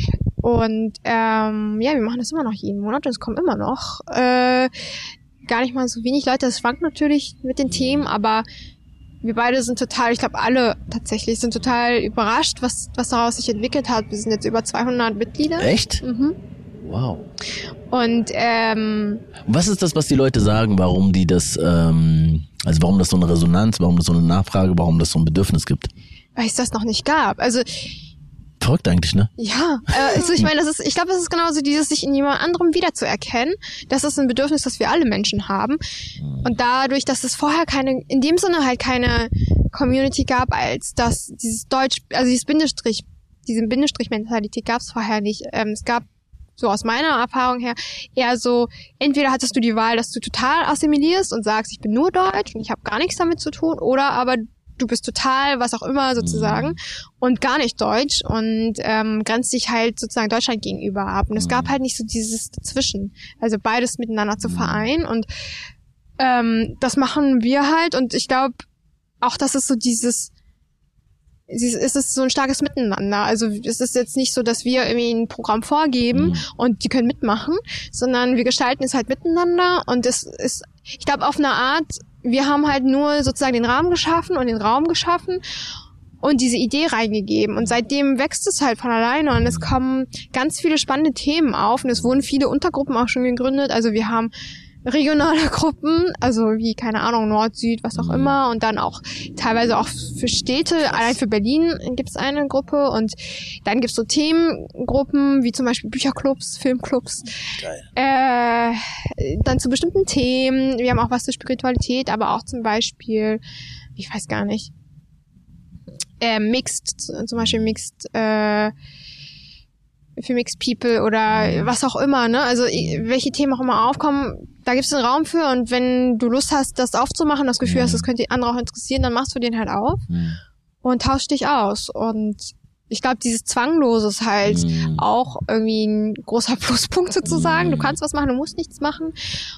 Und ähm, ja, wir machen das immer noch jeden Monat und es kommen immer noch äh, gar nicht mal so wenig Leute. Das schwankt natürlich mit den Themen, aber wir beide sind total, ich glaube alle tatsächlich, sind total überrascht, was was daraus sich entwickelt hat. Wir sind jetzt über zweihundert Mitglieder. Echt? Mhm. Wow. Und ähm, was ist das, was die Leute sagen, warum die das, ähm, also warum das so eine Resonanz, warum das so eine Nachfrage, warum das so ein Bedürfnis gibt? Weil es das noch nicht gab. Also verrückt eigentlich, ne? Ja, äh, also ich meine, das ist, ich glaube, das ist genauso dieses, sich in jemand anderem wiederzuerkennen. Das ist ein Bedürfnis, das wir alle Menschen haben. Und dadurch, dass es vorher keine, in dem Sinne halt keine Community gab, als dass dieses Deutsch, also dieses Bindestrich, diese Bindestrich-Mentalität gab es vorher nicht. Ähm, es gab so aus meiner Erfahrung her eher so, entweder hattest du die Wahl, dass du total assimilierst und sagst, ich bin nur Deutsch und ich habe gar nichts damit zu tun, oder aber du bist total, was auch immer sozusagen, und gar nicht deutsch und ähm, grenzt dich halt sozusagen Deutschland gegenüber ab. Und es gab halt nicht so dieses Dazwischen, also beides miteinander zu vereinen. Und ähm, das machen wir halt und ich glaube auch, dass es so dieses es ist so ein starkes Miteinander. Also es ist jetzt nicht so, dass wir irgendwie ein Programm vorgeben mhm. und die können mitmachen, sondern wir gestalten es halt miteinander und es ist, ich glaube, auf eine Art, wir haben halt nur sozusagen den Rahmen geschaffen und den Raum geschaffen und diese Idee reingegeben. Und seitdem wächst es halt von alleine und es kommen ganz viele spannende Themen auf und es wurden viele Untergruppen auch schon gegründet. Also wir haben regionale Gruppen, also wie, keine Ahnung, Nord, Süd, was auch mhm. immer und dann auch teilweise auch für Städte, allein für Berlin gibt es eine Gruppe und dann gibt es so Themengruppen, wie zum Beispiel Bücherclubs, Filmclubs. Geil. Äh, dann zu bestimmten Themen, wir haben auch was zur Spiritualität, aber auch zum Beispiel, ich weiß gar nicht, äh, Mixed, zum Beispiel Mixed, äh, für Mixed People oder was auch immer, ne? Also welche Themen auch immer aufkommen, da gibt es einen Raum für und wenn du Lust hast, das aufzumachen, das Gefühl mhm. hast, das könnte die andere auch interessieren, dann machst du den halt auf mhm. und tauschst dich aus. Und ich glaube, dieses Zwanglose ist halt mhm. auch irgendwie ein großer Pluspunkt sozusagen. Du kannst was machen, du musst nichts machen.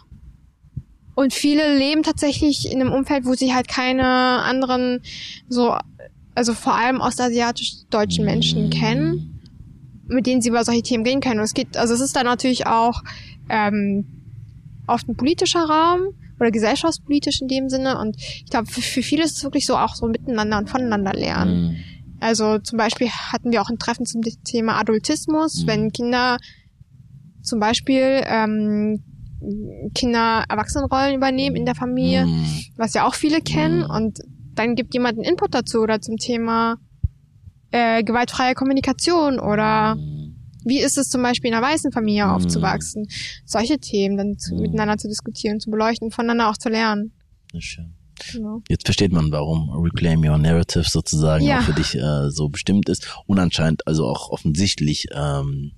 Und viele leben tatsächlich in einem Umfeld, wo sie halt keine anderen so, also vor allem ostasiatisch-deutschen Menschen kennen, mit denen sie über solche Themen reden können. Und es geht, also es ist dann natürlich auch ähm, oft ein politischer Raum oder gesellschaftspolitisch in dem Sinne. Und ich glaube, für, für viele ist es wirklich so auch so miteinander und voneinander lernen. Mhm. Also zum Beispiel hatten wir auch ein Treffen zum Thema Adultismus, mhm. wenn Kinder zum Beispiel ähm, Kinder Erwachsenenrollen übernehmen in der Familie, mhm. was ja auch viele kennen. Mhm. Und dann gibt jemand einen Input dazu oder zum Thema Äh, gewaltfreie Kommunikation oder wie ist es zum Beispiel in einer weißen Familie mm. aufzuwachsen? Solche Themen dann zu, mm. miteinander zu diskutieren, zu beleuchten, voneinander auch zu lernen. Schön. Genau. Jetzt versteht man, warum Reclaim Your Narrative sozusagen ja. auch für dich äh, so bestimmt ist und anscheinend also auch offensichtlich ähm,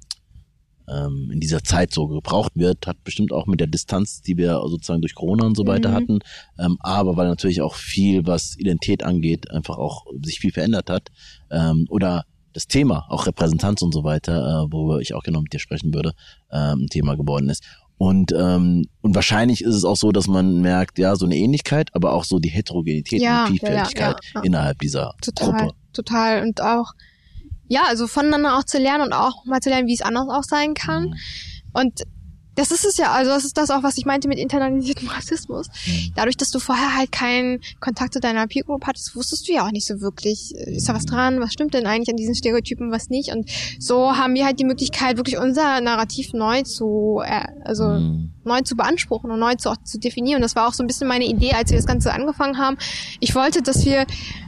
ähm, in dieser Zeit so gebraucht wird, hat bestimmt auch mit der Distanz, die wir sozusagen durch Corona und so weiter mhm. hatten, ähm, aber weil natürlich auch viel, was Identität angeht, einfach auch sich viel verändert hat ähm, oder das Thema, auch Repräsentanz und so weiter, äh, worüber ich auch gerne mit dir sprechen würde, ähm, ein Thema geworden ist. Und ähm, und wahrscheinlich ist es auch so, dass man merkt, ja, so eine Ähnlichkeit, aber auch so die Heterogenität ja, und die Vielfältigkeit ja, ja, ja. innerhalb dieser total, Gruppe. Total. Und auch ja, also voneinander auch zu lernen und auch mal zu lernen, wie es anders auch sein kann. Mhm. Und das ist es ja, also das ist das auch, was ich meinte mit internalisiertem Rassismus. Mhm. Dadurch, dass du vorher halt keinen Kontakt zu deiner Peer Group hattest, wusstest du ja auch nicht so wirklich, ist da was dran, was stimmt denn eigentlich an diesen Stereotypen, was nicht. Und so haben wir halt die Möglichkeit, wirklich unser Narrativ neu zu, äh, also mhm. neu zu beanspruchen und neu zu, auch zu definieren. Und das war auch so ein bisschen meine Idee, als wir das Ganze angefangen haben. Ich wollte, dass wir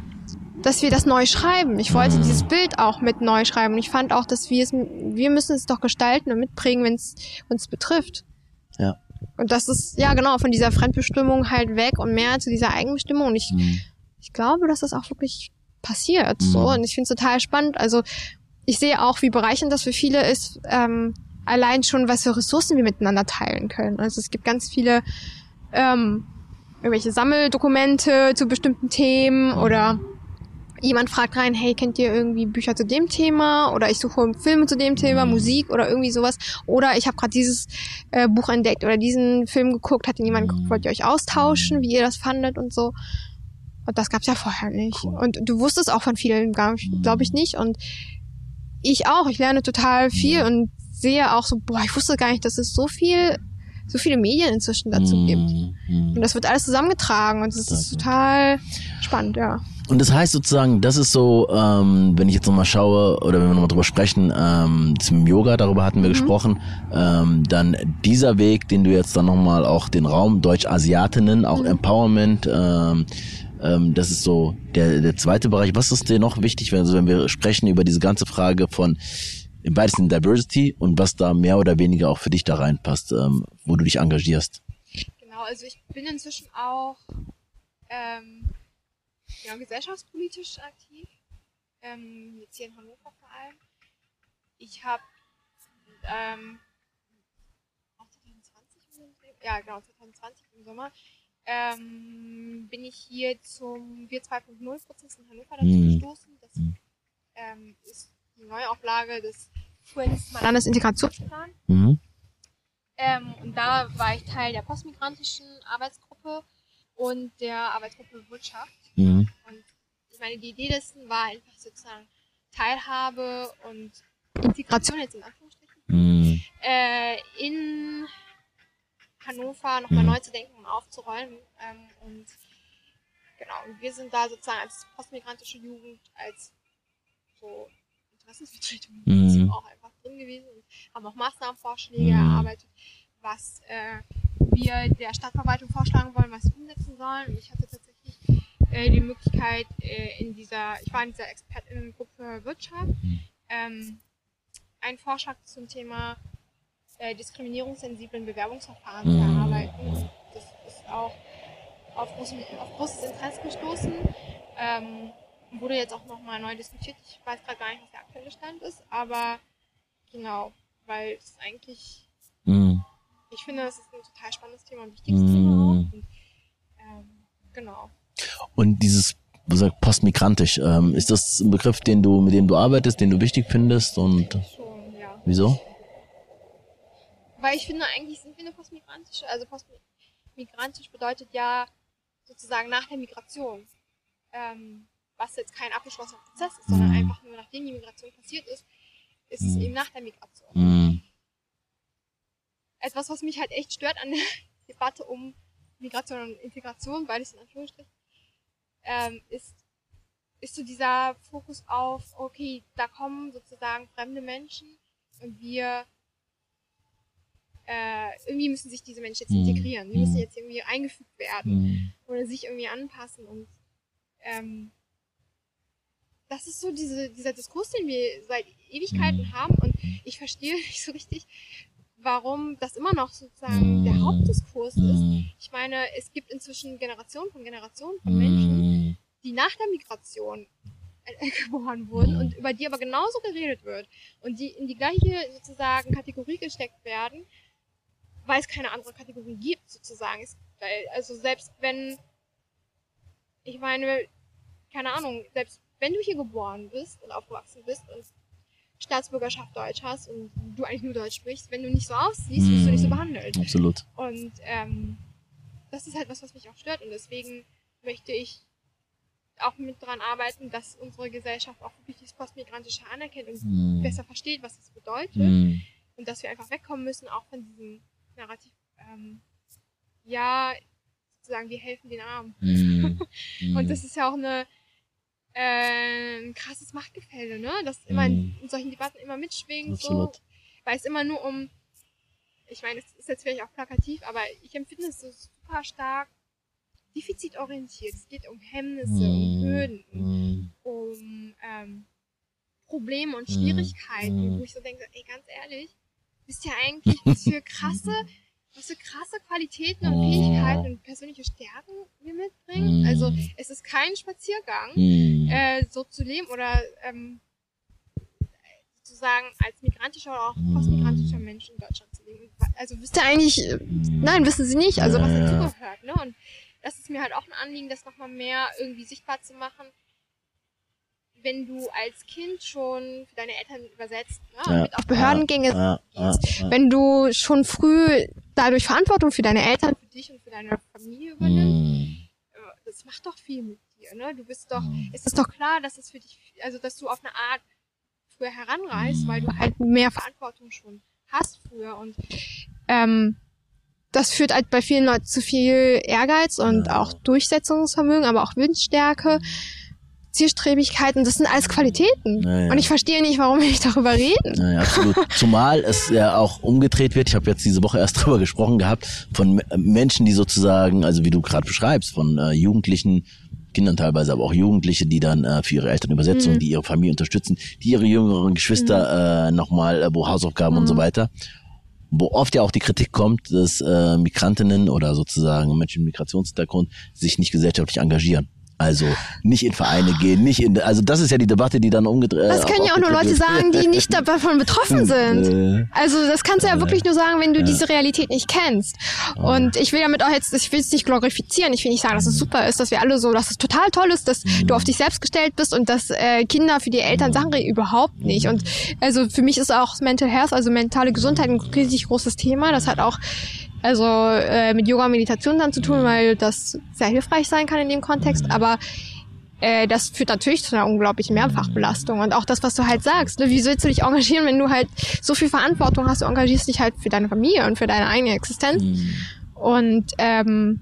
dass wir das neu schreiben. Ich wollte dieses Bild auch mit neu schreiben. Und ich fand auch, dass wir es, wir müssen es doch gestalten und mitbringen, wenn es uns betrifft. Ja. Und das ist, ja genau, von dieser Fremdbestimmung halt weg und mehr zu dieser Eigenbestimmung. Und ich, mhm. ich glaube, dass das auch wirklich passiert. Mhm. So. Und ich finde es total spannend. Also ich sehe auch, wie bereichernd das für viele ist, ähm, allein schon, was für Ressourcen wir miteinander teilen können. Also es gibt ganz viele ähm, irgendwelche Sammeldokumente zu bestimmten Themen mhm. oder jemand fragt rein, hey, kennt ihr irgendwie Bücher zu dem Thema? Oder ich suche Filme zu dem Thema, mhm. Musik oder irgendwie sowas. Oder ich habe gerade dieses äh, Buch entdeckt oder diesen Film geguckt, hat ihn jemand geguckt, wollt ihr euch austauschen, wie ihr das fandet und so. Und das gab's ja vorher nicht. Cool. Und du wusstest auch von vielen, glaube ich, nicht. Und ich auch. Ich lerne total viel mhm. und sehe auch so, boah, ich wusste gar nicht, dass es so viel, so viele Medien inzwischen dazu mhm. gibt. Und das wird alles zusammengetragen und das ist total spannend, ja. Und das heißt sozusagen, das ist so, ähm, wenn ich jetzt nochmal schaue oder wenn wir nochmal drüber sprechen, ähm, zum Yoga, darüber hatten wir mhm. gesprochen, ähm, dann dieser Weg, den du jetzt dann nochmal auch den Raum Deutsch-Asiatinnen, auch mhm. Empowerment, ähm, ähm, das ist so der der zweite Bereich. Was ist dir noch wichtig, wenn, also wenn wir sprechen über diese ganze Frage von im weitesten Diversity und was da mehr oder weniger auch für dich da reinpasst, ähm, wo du dich engagierst? Genau, also ich bin inzwischen auch ähm, ja, gesellschaftspolitisch aktiv, ähm, jetzt hier in Hannover vor allem. Ich habe ähm, zwanzig zwanzig, ja genau, zwanzig zwanzig im Sommer, ähm, bin ich hier zum Wir zwei Punkt null Prozess in Hannover dazu mhm. gestoßen. Das ähm, ist die Neuauflage des Landesintegrationsplans. Mhm. Ähm, und da war ich Teil der postmigrantischen Arbeitsgruppe und der Arbeitsgruppe Wirtschaft. Mhm. Und ich meine, die Idee dessen war einfach sozusagen Teilhabe und Integration jetzt in Anführungsstrichen mhm. äh, in Hannover nochmal mhm. neu zu denken und aufzurollen. Ähm, und genau, und wir sind da sozusagen als postmigrantische Jugend, als so Interessensvertretung mhm. auch einfach drin gewesen und haben auch Maßnahmenvorschläge mhm. erarbeitet, was äh, wir der Stadtverwaltung vorschlagen wollen, was wir umsetzen sollen. Und ich hatte tatsächlich äh, die Möglichkeit, äh, in dieser, ich war in dieser ExpertInnengruppe Wirtschaft, ähm, einen Vorschlag zum Thema äh, diskriminierungssensiblen Bewerbungsverfahren zu erarbeiten. Das ist auch auf, großen, auf großes Interesse gestoßen. Ähm, wurde jetzt auch nochmal neu diskutiert. Ich weiß gerade gar nicht, was der aktuelle Stand ist, aber genau, weil es eigentlich, mm. ich finde, das ist ein total spannendes Thema und wichtiges mm. Thema auch. Und, ähm, genau. Und dieses postmigrantisch, ähm, ist das ein Begriff, den du, mit dem du arbeitest, den du wichtig findest? Und schon, ja. Wieso? Weil ich finde, eigentlich sind wir eine postmigrantische, also postmigrantisch bedeutet ja sozusagen nach der Migration. Ähm, was jetzt kein abgeschlossener Prozess ist, sondern mm. einfach nur nachdem die Migration passiert ist, ist mm. es eben nach der Migration. Mm. Etwas, was mich halt echt stört an der Debatte um Migration und Integration, beides in Anführungsstrichen, ähm, ist, ist so dieser Fokus auf, okay, da kommen sozusagen fremde Menschen und wir, äh, irgendwie müssen sich diese Menschen jetzt mm. integrieren, die müssen jetzt irgendwie eingefügt werden oder sich irgendwie anpassen und ähm, das ist so diese, dieser Diskurs, den wir seit Ewigkeiten mhm. haben und ich verstehe nicht so richtig, warum das immer noch sozusagen mhm. der Hauptdiskurs mhm. ist. Ich meine, es gibt inzwischen Generationen von Generationen von Menschen, die nach der Migration äh, geboren wurden mhm. und über die aber genauso geredet wird und die in die gleiche sozusagen Kategorie gesteckt werden, weil es keine andere Kategorie gibt sozusagen. Es, also selbst wenn, ich meine, keine Ahnung, selbst wenn du hier geboren bist und aufgewachsen bist und Staatsbürgerschaft Deutsch hast und du eigentlich nur Deutsch sprichst, wenn du nicht so aussiehst, wirst du nicht so behandelt. Absolut. Und ähm, das ist halt was, was mich auch stört und deswegen möchte ich auch mit dran arbeiten, dass unsere Gesellschaft auch wirklich das Postmigrantische anerkennt und mm. besser versteht, was das bedeutet mm. und dass wir einfach wegkommen müssen auch von diesem Narrativ, ähm, ja, sozusagen, wir helfen den Armen. Mm. Und das ist ja auch eine Äh, ein krasses Machtgefälle, ne? Das immer in, in solchen Debatten immer mitschwingt, Absolut. so, weil es immer nur um, ich meine, es ist jetzt vielleicht auch plakativ, aber ich empfinde es so super stark defizitorientiert. Es geht um Hemmnisse, mm. um Hürden, mm. um ähm, Probleme und Schwierigkeiten, mm. wo ich so denke, ey, ganz ehrlich, wisst ihr eigentlich, was für krasse was für krasse Qualitäten und Fähigkeiten und persönliche Stärken wir mitbringen. Mm. Also es ist kein Spaziergang, mm. äh, so zu leben oder ähm, sozusagen als migrantischer oder auch postmigrantischer Mensch in Deutschland zu leben. Also wisst ihr eigentlich, nein, wissen sie nicht, also was dazugehört. Ne? Und das ist mir halt auch ein Anliegen, das nochmal mehr irgendwie sichtbar zu machen, wenn du als Kind schon für deine Eltern übersetzt, ne? Ja. mit auf Behördengänge ja. gehst, ja. Ja. wenn du schon früh dadurch Verantwortung für deine Eltern, für dich und für deine Familie übernimmst, mm. das macht doch viel mit dir, ne? Du bist doch, mm. es ist doch klar, dass es für dich, also dass du auf eine Art früher heranreist, mm. weil du halt mehr Verantwortung schon hast früher und ähm, das führt halt bei vielen Leuten zu viel Ehrgeiz und ja. auch Durchsetzungsvermögen, aber auch Willensstärke. Zielstrebigkeiten, das sind alles Qualitäten. Ja, ja. Und ich verstehe nicht, warum wir nicht darüber reden. Ja, ja, absolut. Zumal es ja auch umgedreht wird. Ich habe jetzt diese Woche erst drüber gesprochen gehabt, von Menschen, die sozusagen, also wie du gerade beschreibst, von äh, Jugendlichen, Kindern teilweise, aber auch Jugendliche, die dann äh, für ihre Eltern übersetzen, mhm. die ihre Familie unterstützen, die ihre jüngeren Geschwister mhm. äh, nochmal, äh, wo Hausaufgaben mhm. und so weiter. Wo oft ja auch die Kritik kommt, dass äh, Migrantinnen oder sozusagen Menschen mit Migrationshintergrund sich nicht gesellschaftlich engagieren. Also nicht in Vereine gehen, nicht in, also das ist ja die Debatte, die dann umgedreht. Das können ja auch nur Leute sagen, die nicht davon betroffen sind. Also das kannst du ja wirklich nur sagen, wenn du ja. diese Realität nicht kennst. Und ich will damit auch jetzt, ich will es nicht glorifizieren. Ich will nicht sagen, dass es super ist, dass wir alle so, dass es total toll ist, dass du auf dich selbst gestellt bist und dass äh, Kinder für die Eltern Sachen reden, überhaupt nicht. Und also für mich ist auch Mental Health, also mentale Gesundheit, ein riesig großes Thema. Das hat auch also äh, mit Yoga und Meditation dann zu tun, weil das sehr hilfreich sein kann in dem Kontext, aber äh, das führt natürlich zu einer unglaublichen Mehrfachbelastung und auch das, was du halt sagst, ne? Wie sollst du dich engagieren, wenn du halt so viel Verantwortung hast, du engagierst dich halt für deine Familie und für deine eigene Existenz mhm. und ähm,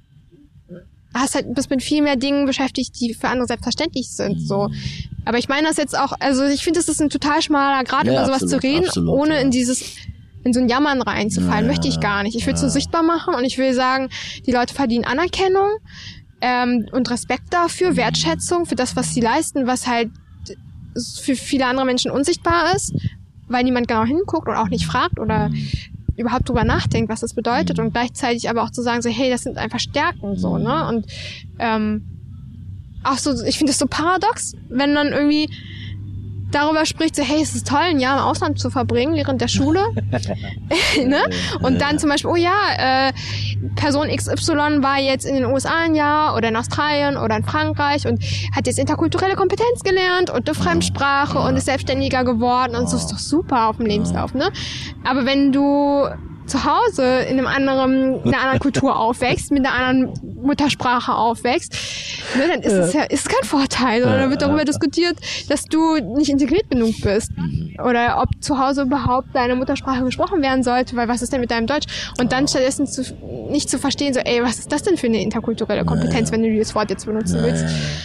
hast halt, bist mit viel mehr Dingen beschäftigt, die für andere selbstverständlich sind, so. Aber ich meine das jetzt auch, also ich finde, es ist ein total schmaler Grad, ja, über sowas absolut, zu reden, absolut, ohne ja. in dieses in so ein Jammern reinzufallen, ja, möchte ich gar nicht. Ich will es ja. so sichtbar machen und ich will sagen, die Leute verdienen Anerkennung ähm, und Respekt dafür, Wertschätzung für das, was sie leisten, was halt für viele andere Menschen unsichtbar ist, weil niemand genau hinguckt und auch nicht fragt oder überhaupt drüber nachdenkt, was das bedeutet und gleichzeitig aber auch zu sagen, so hey, das sind einfach Stärken, so, ne? Und ähm, auch so, ich finde es so paradox, wenn dann irgendwie darüber spricht, so hey, es ist toll, ein Jahr im Ausland zu verbringen während der Schule. ne? Und dann zum Beispiel, oh ja, äh, Person X Y war jetzt in den U S A ein Jahr oder in Australien oder in Frankreich und hat jetzt interkulturelle Kompetenz gelernt und eine Fremdsprache und ist selbstständiger geworden und so ist doch super auf dem Lebenslauf, ne? Aber wenn du zu Hause in einem anderen, in einer anderen Kultur aufwächst, mit einer anderen Muttersprache aufwächst, ne, dann ist es ja, ist kein Vorteil, sondern dann wird darüber diskutiert, dass du nicht integriert genug bist. Oder ob zu Hause überhaupt deine Muttersprache gesprochen werden sollte, weil was ist denn mit deinem Deutsch? Und dann stattdessen zu, nicht zu verstehen, so, ey, was ist das denn für eine interkulturelle Kompetenz, wenn du dieses Wort jetzt benutzen willst?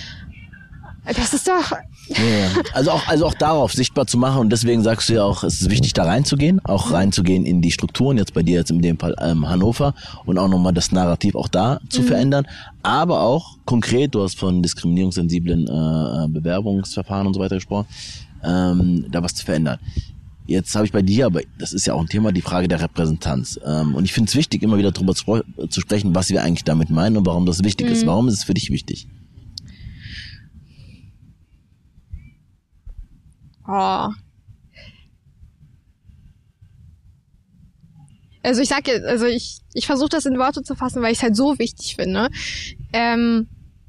Das ist doch... Ja, also auch also auch darauf sichtbar zu machen und deswegen sagst du ja auch, es ist wichtig da reinzugehen, auch reinzugehen in die Strukturen, jetzt bei dir jetzt in dem Fall ähm, Hannover und auch nochmal das Narrativ auch da zu mhm. verändern, aber auch konkret, du hast von diskriminierungssensiblen äh, Bewerbungsverfahren und so weiter gesprochen, ähm, da was zu verändern. Jetzt habe ich bei dir, aber das ist ja auch ein Thema, die Frage der Repräsentanz. Ähm, und ich finde es wichtig, immer wieder darüber zu, zu sprechen, was wir eigentlich damit meinen und warum das wichtig mhm. ist. Warum ist es für dich wichtig? Oh. Also ich sag jetzt, also ich ich versuche das in Worte zu fassen, weil ich es halt so wichtig finde. Ähm,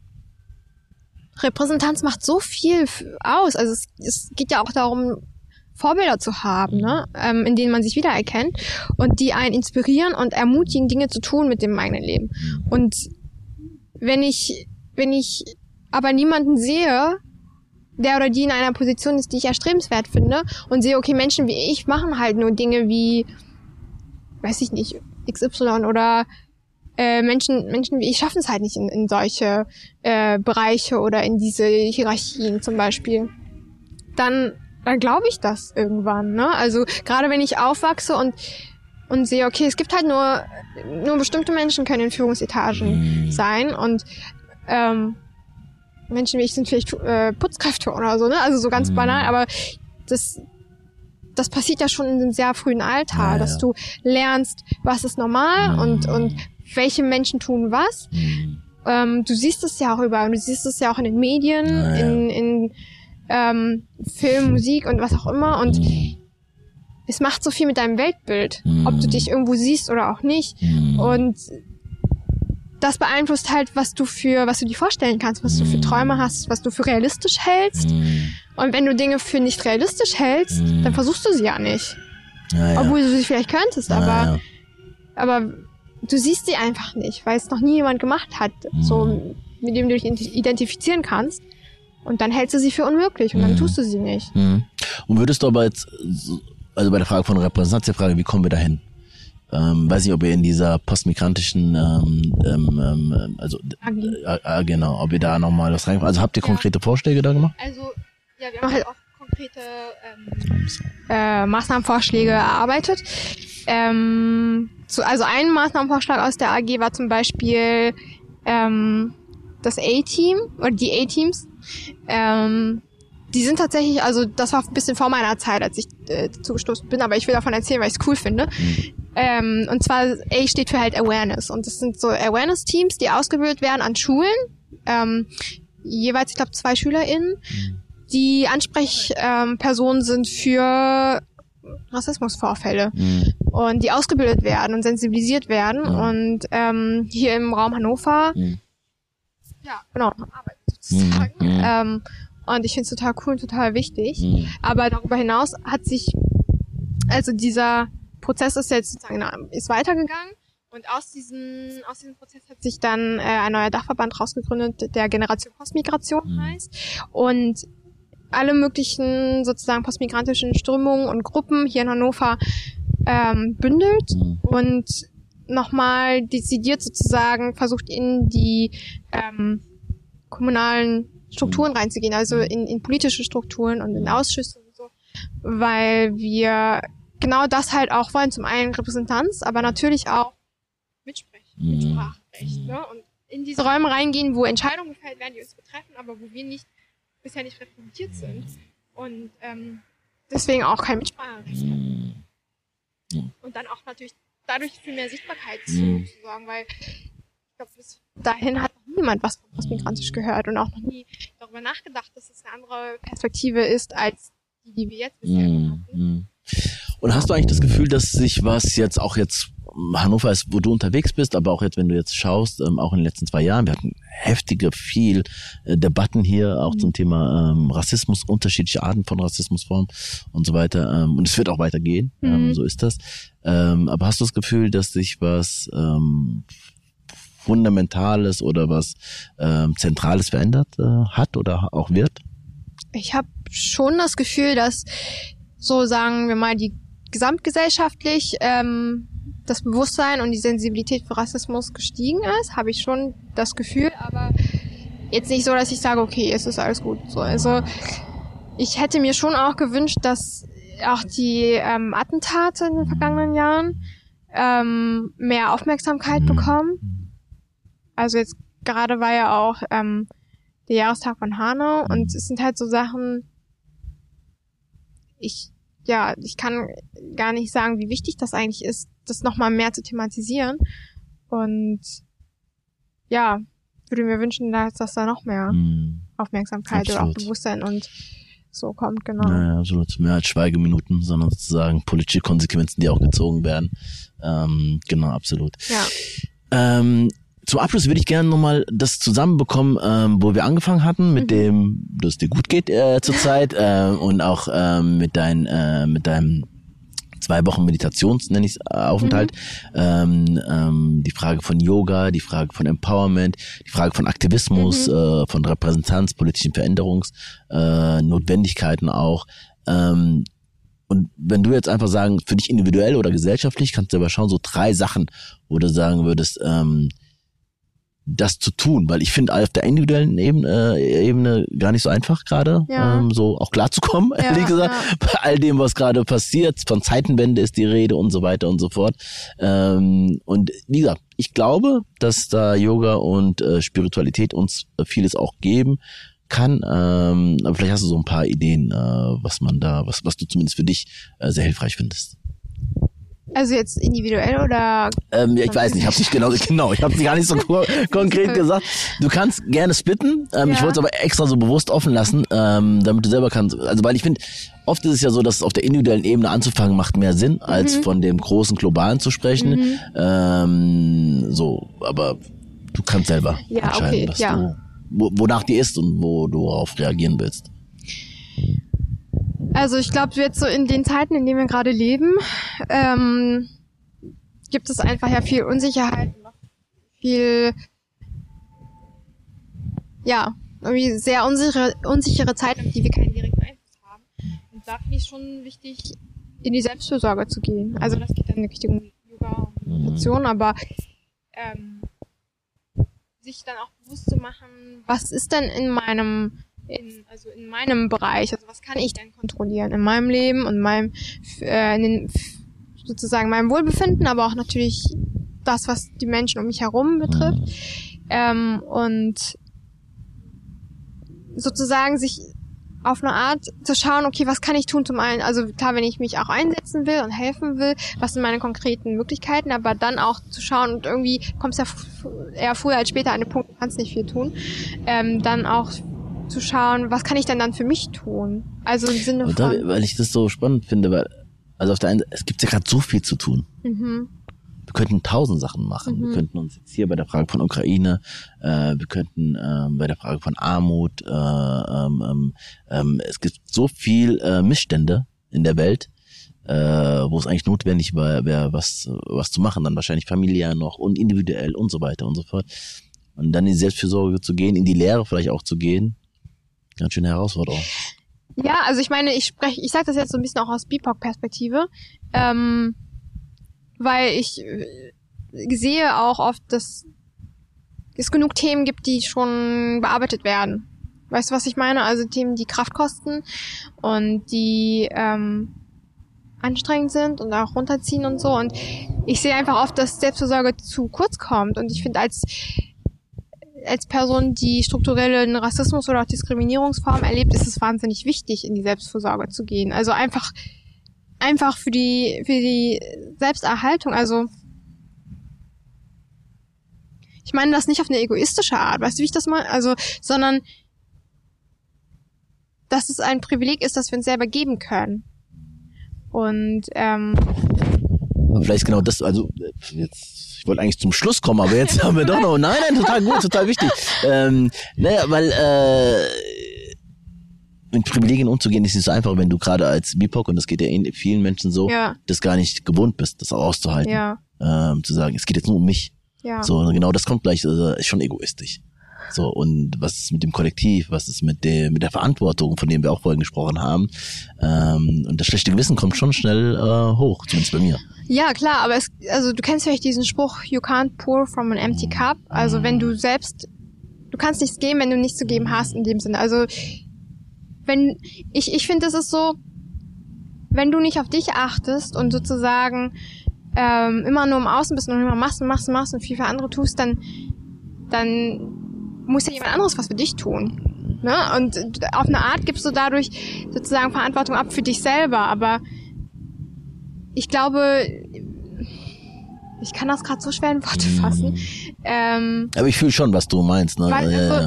Repräsentanz macht so viel aus. Also es, es geht ja auch darum, Vorbilder zu haben, ne, ähm, in denen man sich wiedererkennt und die einen inspirieren und ermutigen, Dinge zu tun mit dem eigenen Leben. Und wenn ich wenn ich aber niemanden sehe, der oder die in einer Position ist, die ich erstrebenswert finde und sehe, okay, Menschen wie ich machen halt nur Dinge wie, weiß ich nicht, X Y oder äh, Menschen Menschen wie ich schaffen es halt nicht in, in solche äh, Bereiche oder in diese Hierarchien zum Beispiel. Dann, dann glaube ich das irgendwann, ne? Also gerade wenn ich aufwachse und und sehe, okay, es gibt halt nur nur bestimmte Menschen können in Führungsetagen sein und ähm, Menschen wie ich sind vielleicht äh, Putzkräfte oder so, ne? Also so ganz mhm. banal, aber das das passiert ja schon in einem sehr frühen Alter, ja, dass ja. du lernst, was ist normal mhm. und und welche Menschen tun was. Mhm. Ähm, du siehst es ja auch überall, du siehst es ja auch in den Medien, ja, ja. in in ähm, Film, Musik und was auch immer und mhm. es macht so viel mit deinem Weltbild, mhm. ob du dich irgendwo siehst oder auch nicht mhm. und das beeinflusst halt, was du für, was du dir vorstellen kannst, was du für Träume hast, was du für realistisch hältst. Mm. Und wenn du Dinge für nicht realistisch hältst, mm. dann versuchst du sie ja nicht. Ja, ja. Obwohl du sie vielleicht könntest, ja, aber, ja. aber du siehst sie einfach nicht, weil es noch nie jemand gemacht hat, mm. so, mit dem du dich identifizieren kannst. Und dann hältst du sie für unmöglich und mm. dann tust du sie nicht. Mm. Und würdest du aber jetzt, also bei der Frage von Repräsentanz, der Frage, wie kommen wir dahin? Ähm, weiß nicht, ob ihr in dieser postmigrantischen, ähm, ähm, also äh, äh, genau, ob ihr da nochmal was reinkommt. Also habt ihr konkrete ja. Vorschläge da gemacht? Also, ja, wir haben halt auch konkrete ähm, äh, Maßnahmenvorschläge erarbeitet. Ähm, zu, also ein Maßnahmenvorschlag aus der A G war zum Beispiel ähm, das A-Team oder die A-Teams. Ähm, Die sind tatsächlich, also das war ein bisschen vor meiner Zeit, als ich äh, zugestoßen bin, aber ich will davon erzählen, weil ich es cool finde. Mhm. Ähm, und zwar A steht für halt Awareness und das sind so Awareness-Teams, die ausgebildet werden an Schulen ähm, jeweils, ich glaube, zwei SchülerInnen, die Ansprechpersonen ähm, sind für Rassismusvorfälle mhm. und die ausgebildet werden und sensibilisiert werden mhm. und ähm, hier im Raum Hannover mhm. ja, genau, arbeiten sozusagen. Mhm. Ähm, und ich finde es total cool und total wichtig. Mhm. Aber darüber hinaus hat sich, also dieser Prozess ist jetzt sozusagen, ist weitergegangen und aus diesem, aus diesem Prozess hat sich dann äh, ein neuer Dachverband rausgegründet, der Generation Postmigration mhm. heißt. Und alle möglichen sozusagen postmigrantischen Strömungen und Gruppen hier in Hannover ähm, bündelt mhm. und nochmal dezidiert sozusagen versucht, in die ähm, kommunalen Strukturen mhm. reinzugehen, also in, in politische Strukturen und in Ausschüsse und so, weil wir genau das halt auch wollen, zum einen Repräsentanz, aber natürlich auch Mitsprechen, mhm. Mitspracherecht, ne? Und in diese Räume reingehen, wo Entscheidungen gefällt werden, die uns betreffen, aber wo wir nicht bisher nicht repräsentiert sind. Und ähm, deswegen auch kein Mitspracherecht. Mm. Mm. Und dann auch natürlich dadurch viel mehr Sichtbarkeit mm. zu, zu sorgen, weil ich glaube, bis dahin hat noch niemand was von postmigrantisch gehört und auch noch nie darüber nachgedacht, dass es eine andere Perspektive ist, als die, die wir jetzt bisher mm. hatten. Und hast du eigentlich das Gefühl, dass sich was jetzt auch jetzt Hannover ist, wo du unterwegs bist, aber auch jetzt, wenn du jetzt schaust, ähm, auch in den letzten zwei Jahren, wir hatten heftige, viel äh, Debatten hier auch mhm. zum Thema ähm, Rassismus, unterschiedliche Arten von Rassismusformen und so weiter. Ähm, und es wird auch weitergehen, mhm. ähm, so ist das. Ähm, aber hast du das Gefühl, dass sich was ähm, Fundamentales oder was ähm, Zentrales verändert äh, hat oder auch wird? Ich habe schon das Gefühl, dass so, sagen wir mal, die gesamtgesellschaftlich ähm, das Bewusstsein und die Sensibilität für Rassismus gestiegen ist, habe ich schon das Gefühl, aber jetzt nicht so, dass ich sage, okay, es ist alles gut. So, also ich hätte mir schon auch gewünscht, dass auch die ähm, Attentate in den vergangenen Jahren ähm, mehr Aufmerksamkeit bekommen. Also jetzt gerade war ja auch ähm, der Jahrestag von Hanau und es sind halt so Sachen, ich ja, ich kann gar nicht sagen, wie wichtig das eigentlich ist, das nochmal mehr zu thematisieren. Und ja, würde mir wünschen, dass, dass da noch mehr mm. Aufmerksamkeit absolut. Oder auch Bewusstsein und so kommt, genau. Naja, absolut. Mehr als Schweigeminuten, sondern sozusagen politische Konsequenzen, die auch gezogen werden. Ähm, genau, absolut. Ja. Ähm, Zum Abschluss würde ich gerne nochmal das zusammenbekommen, ähm, wo wir angefangen hatten, mit mhm. dem, dass es dir gut geht äh, zurzeit äh, und auch ähm, mit, dein, äh, mit deinem zwei Wochen Meditations, nenne ich es, Aufenthalt. Mhm. Ähm, ähm, die Frage von Yoga, die Frage von Empowerment, die Frage von Aktivismus, mhm. äh, von Repräsentanz, politischen Veränderungsnotwendigkeiten äh, Notwendigkeiten auch. Ähm, Und wenn du jetzt einfach sagen, für dich individuell oder gesellschaftlich, kannst du aber schauen, so drei Sachen, wo du sagen würdest, ähm, das zu tun, weil ich finde auf der individuellen Ebene, äh, Ebene gar nicht so einfach gerade, ja. ähm, so auch klar zu kommen, ja, ehrlich gesagt, ja. bei all dem, was gerade passiert, von Zeitenwende ist die Rede und so weiter und so fort. Ähm, und wie gesagt, ich glaube, dass da Yoga und äh, Spiritualität uns vieles auch geben kann, ähm, aber vielleicht hast du so ein paar Ideen, äh, was man da, was, was du zumindest für dich äh, sehr hilfreich findest. Also jetzt individuell oder? Ähm, ja, ich weiß nicht, ich hab's nicht genau, genau, ich hab's gar nicht so ko- konkret gesagt. Du kannst gerne splitten, ähm, ja. ich wollte es aber extra so bewusst offen lassen, ähm, damit du selber kannst, also weil ich finde, oft ist es ja so, dass auf der individuellen Ebene anzufangen macht mehr Sinn, als mhm. von dem großen Globalen zu sprechen, mhm. ähm, so, aber du kannst selber ja, entscheiden, okay, was ja. du, wo, wonach dir ist und wo du darauf reagieren willst. Also ich glaube, jetzt so in den Zeiten, in denen wir gerade leben, ähm, gibt es einfach ja viel Unsicherheit, viel, ja, irgendwie sehr unsichere, unsichere Zeit, auf die wir keinen direkten Einfluss haben. Und da finde ich es schon wichtig, in die Selbstfürsorge zu gehen. Also das geht dann in Richtung Yoga und Meditation, aber ähm, sich dann auch bewusst zu machen, was ist denn in meinem In, also in meinem Bereich, also was kann ich denn kontrollieren in meinem Leben und meinem, äh, in den, sozusagen meinem Wohlbefinden, aber auch natürlich das, was die Menschen um mich herum betrifft, ähm, und sozusagen sich auf eine Art zu schauen, okay, was kann ich tun zum einen, also klar, wenn ich mich auch einsetzen will und helfen will, was sind meine konkreten Möglichkeiten, aber dann auch zu schauen und irgendwie kommst ja f- eher früher als später an den Punkt, du kannst nicht viel tun, ähm, dann auch zu schauen, was kann ich denn dann für mich tun? Also im Sinne da, von... Weil ich das so spannend finde, weil, also auf der einen Seite, es gibt ja gerade so viel zu tun. Mhm. Wir könnten tausend Sachen machen. Mhm. Wir könnten uns jetzt hier bei der Frage von Ukraine, äh, wir könnten ähm, bei der Frage von Armut, äh, ähm, ähm, es gibt so viel äh, Missstände in der Welt, äh, wo es eigentlich notwendig wäre, wär, was was zu machen, dann wahrscheinlich familiär noch und individuell und so weiter und so fort. Und dann in die Selbstfürsorge zu gehen, in die Lehre vielleicht auch zu gehen, ganz schöne Herausforderung. Ja, also ich meine, ich spreche, ich sage das jetzt so ein bisschen auch aus B I P O C-Perspektive, ähm, weil ich sehe auch oft, dass es genug Themen gibt, die schon bearbeitet werden. Weißt du, was ich meine? Also Themen, die Kraft kosten und die ähm, anstrengend sind und auch runterziehen und so. Und ich sehe einfach oft, dass Selbstversorge zu kurz kommt. Und ich finde, als als Person, die strukturellen Rassismus oder auch Diskriminierungsformen erlebt, ist es wahnsinnig wichtig, in die Selbstversorge zu gehen. Also einfach einfach für die für die Selbsterhaltung. Also ich meine das nicht auf eine egoistische Art, weißt du, wie ich das meine? Also, sondern, dass es ein Privileg ist, dass wir uns selber geben können. Und, ähm... Vielleicht genau das, also, jetzt, ich wollte eigentlich zum Schluss kommen, aber jetzt haben wir doch noch, nein, nein, total gut, total wichtig. Ähm, naja, weil, äh, mit Privilegien umzugehen ist nicht so einfach, wenn du gerade als B I P O C, und das geht ja vielen Menschen so, ja. das gar nicht gewohnt bist, das auch auszuhalten. Ja. Ähm, zu sagen, es geht jetzt nur um mich. Ja. So, genau, das kommt gleich, also, ist schon egoistisch. So, und was ist mit dem Kollektiv, was ist mit der, mit der Verantwortung, von dem wir auch vorhin gesprochen haben, ähm, und das schlechte Gewissen kommt schon schnell, äh, hoch, zumindest bei mir. Ja, klar, aber es, also du kennst vielleicht diesen Spruch, you can't pour from an empty cup, also wenn du selbst, du kannst nichts geben, wenn du nichts zu geben hast, in dem Sinne, also, wenn, ich, ich finde, es ist so, wenn du nicht auf dich achtest und sozusagen, ähm, immer nur im Außen bist und immer machst und machst und machst und viel für andere tust, dann, dann muss ja jemand anderes was für dich tun. Ne? Und auf eine Art gibst du dadurch sozusagen Verantwortung ab für dich selber. Aber ich glaube, ich kann das gerade so schwer in Worte fassen. Ähm, Aber ich fühle schon, was du meinst. Ne? Weil, ja, also, ja.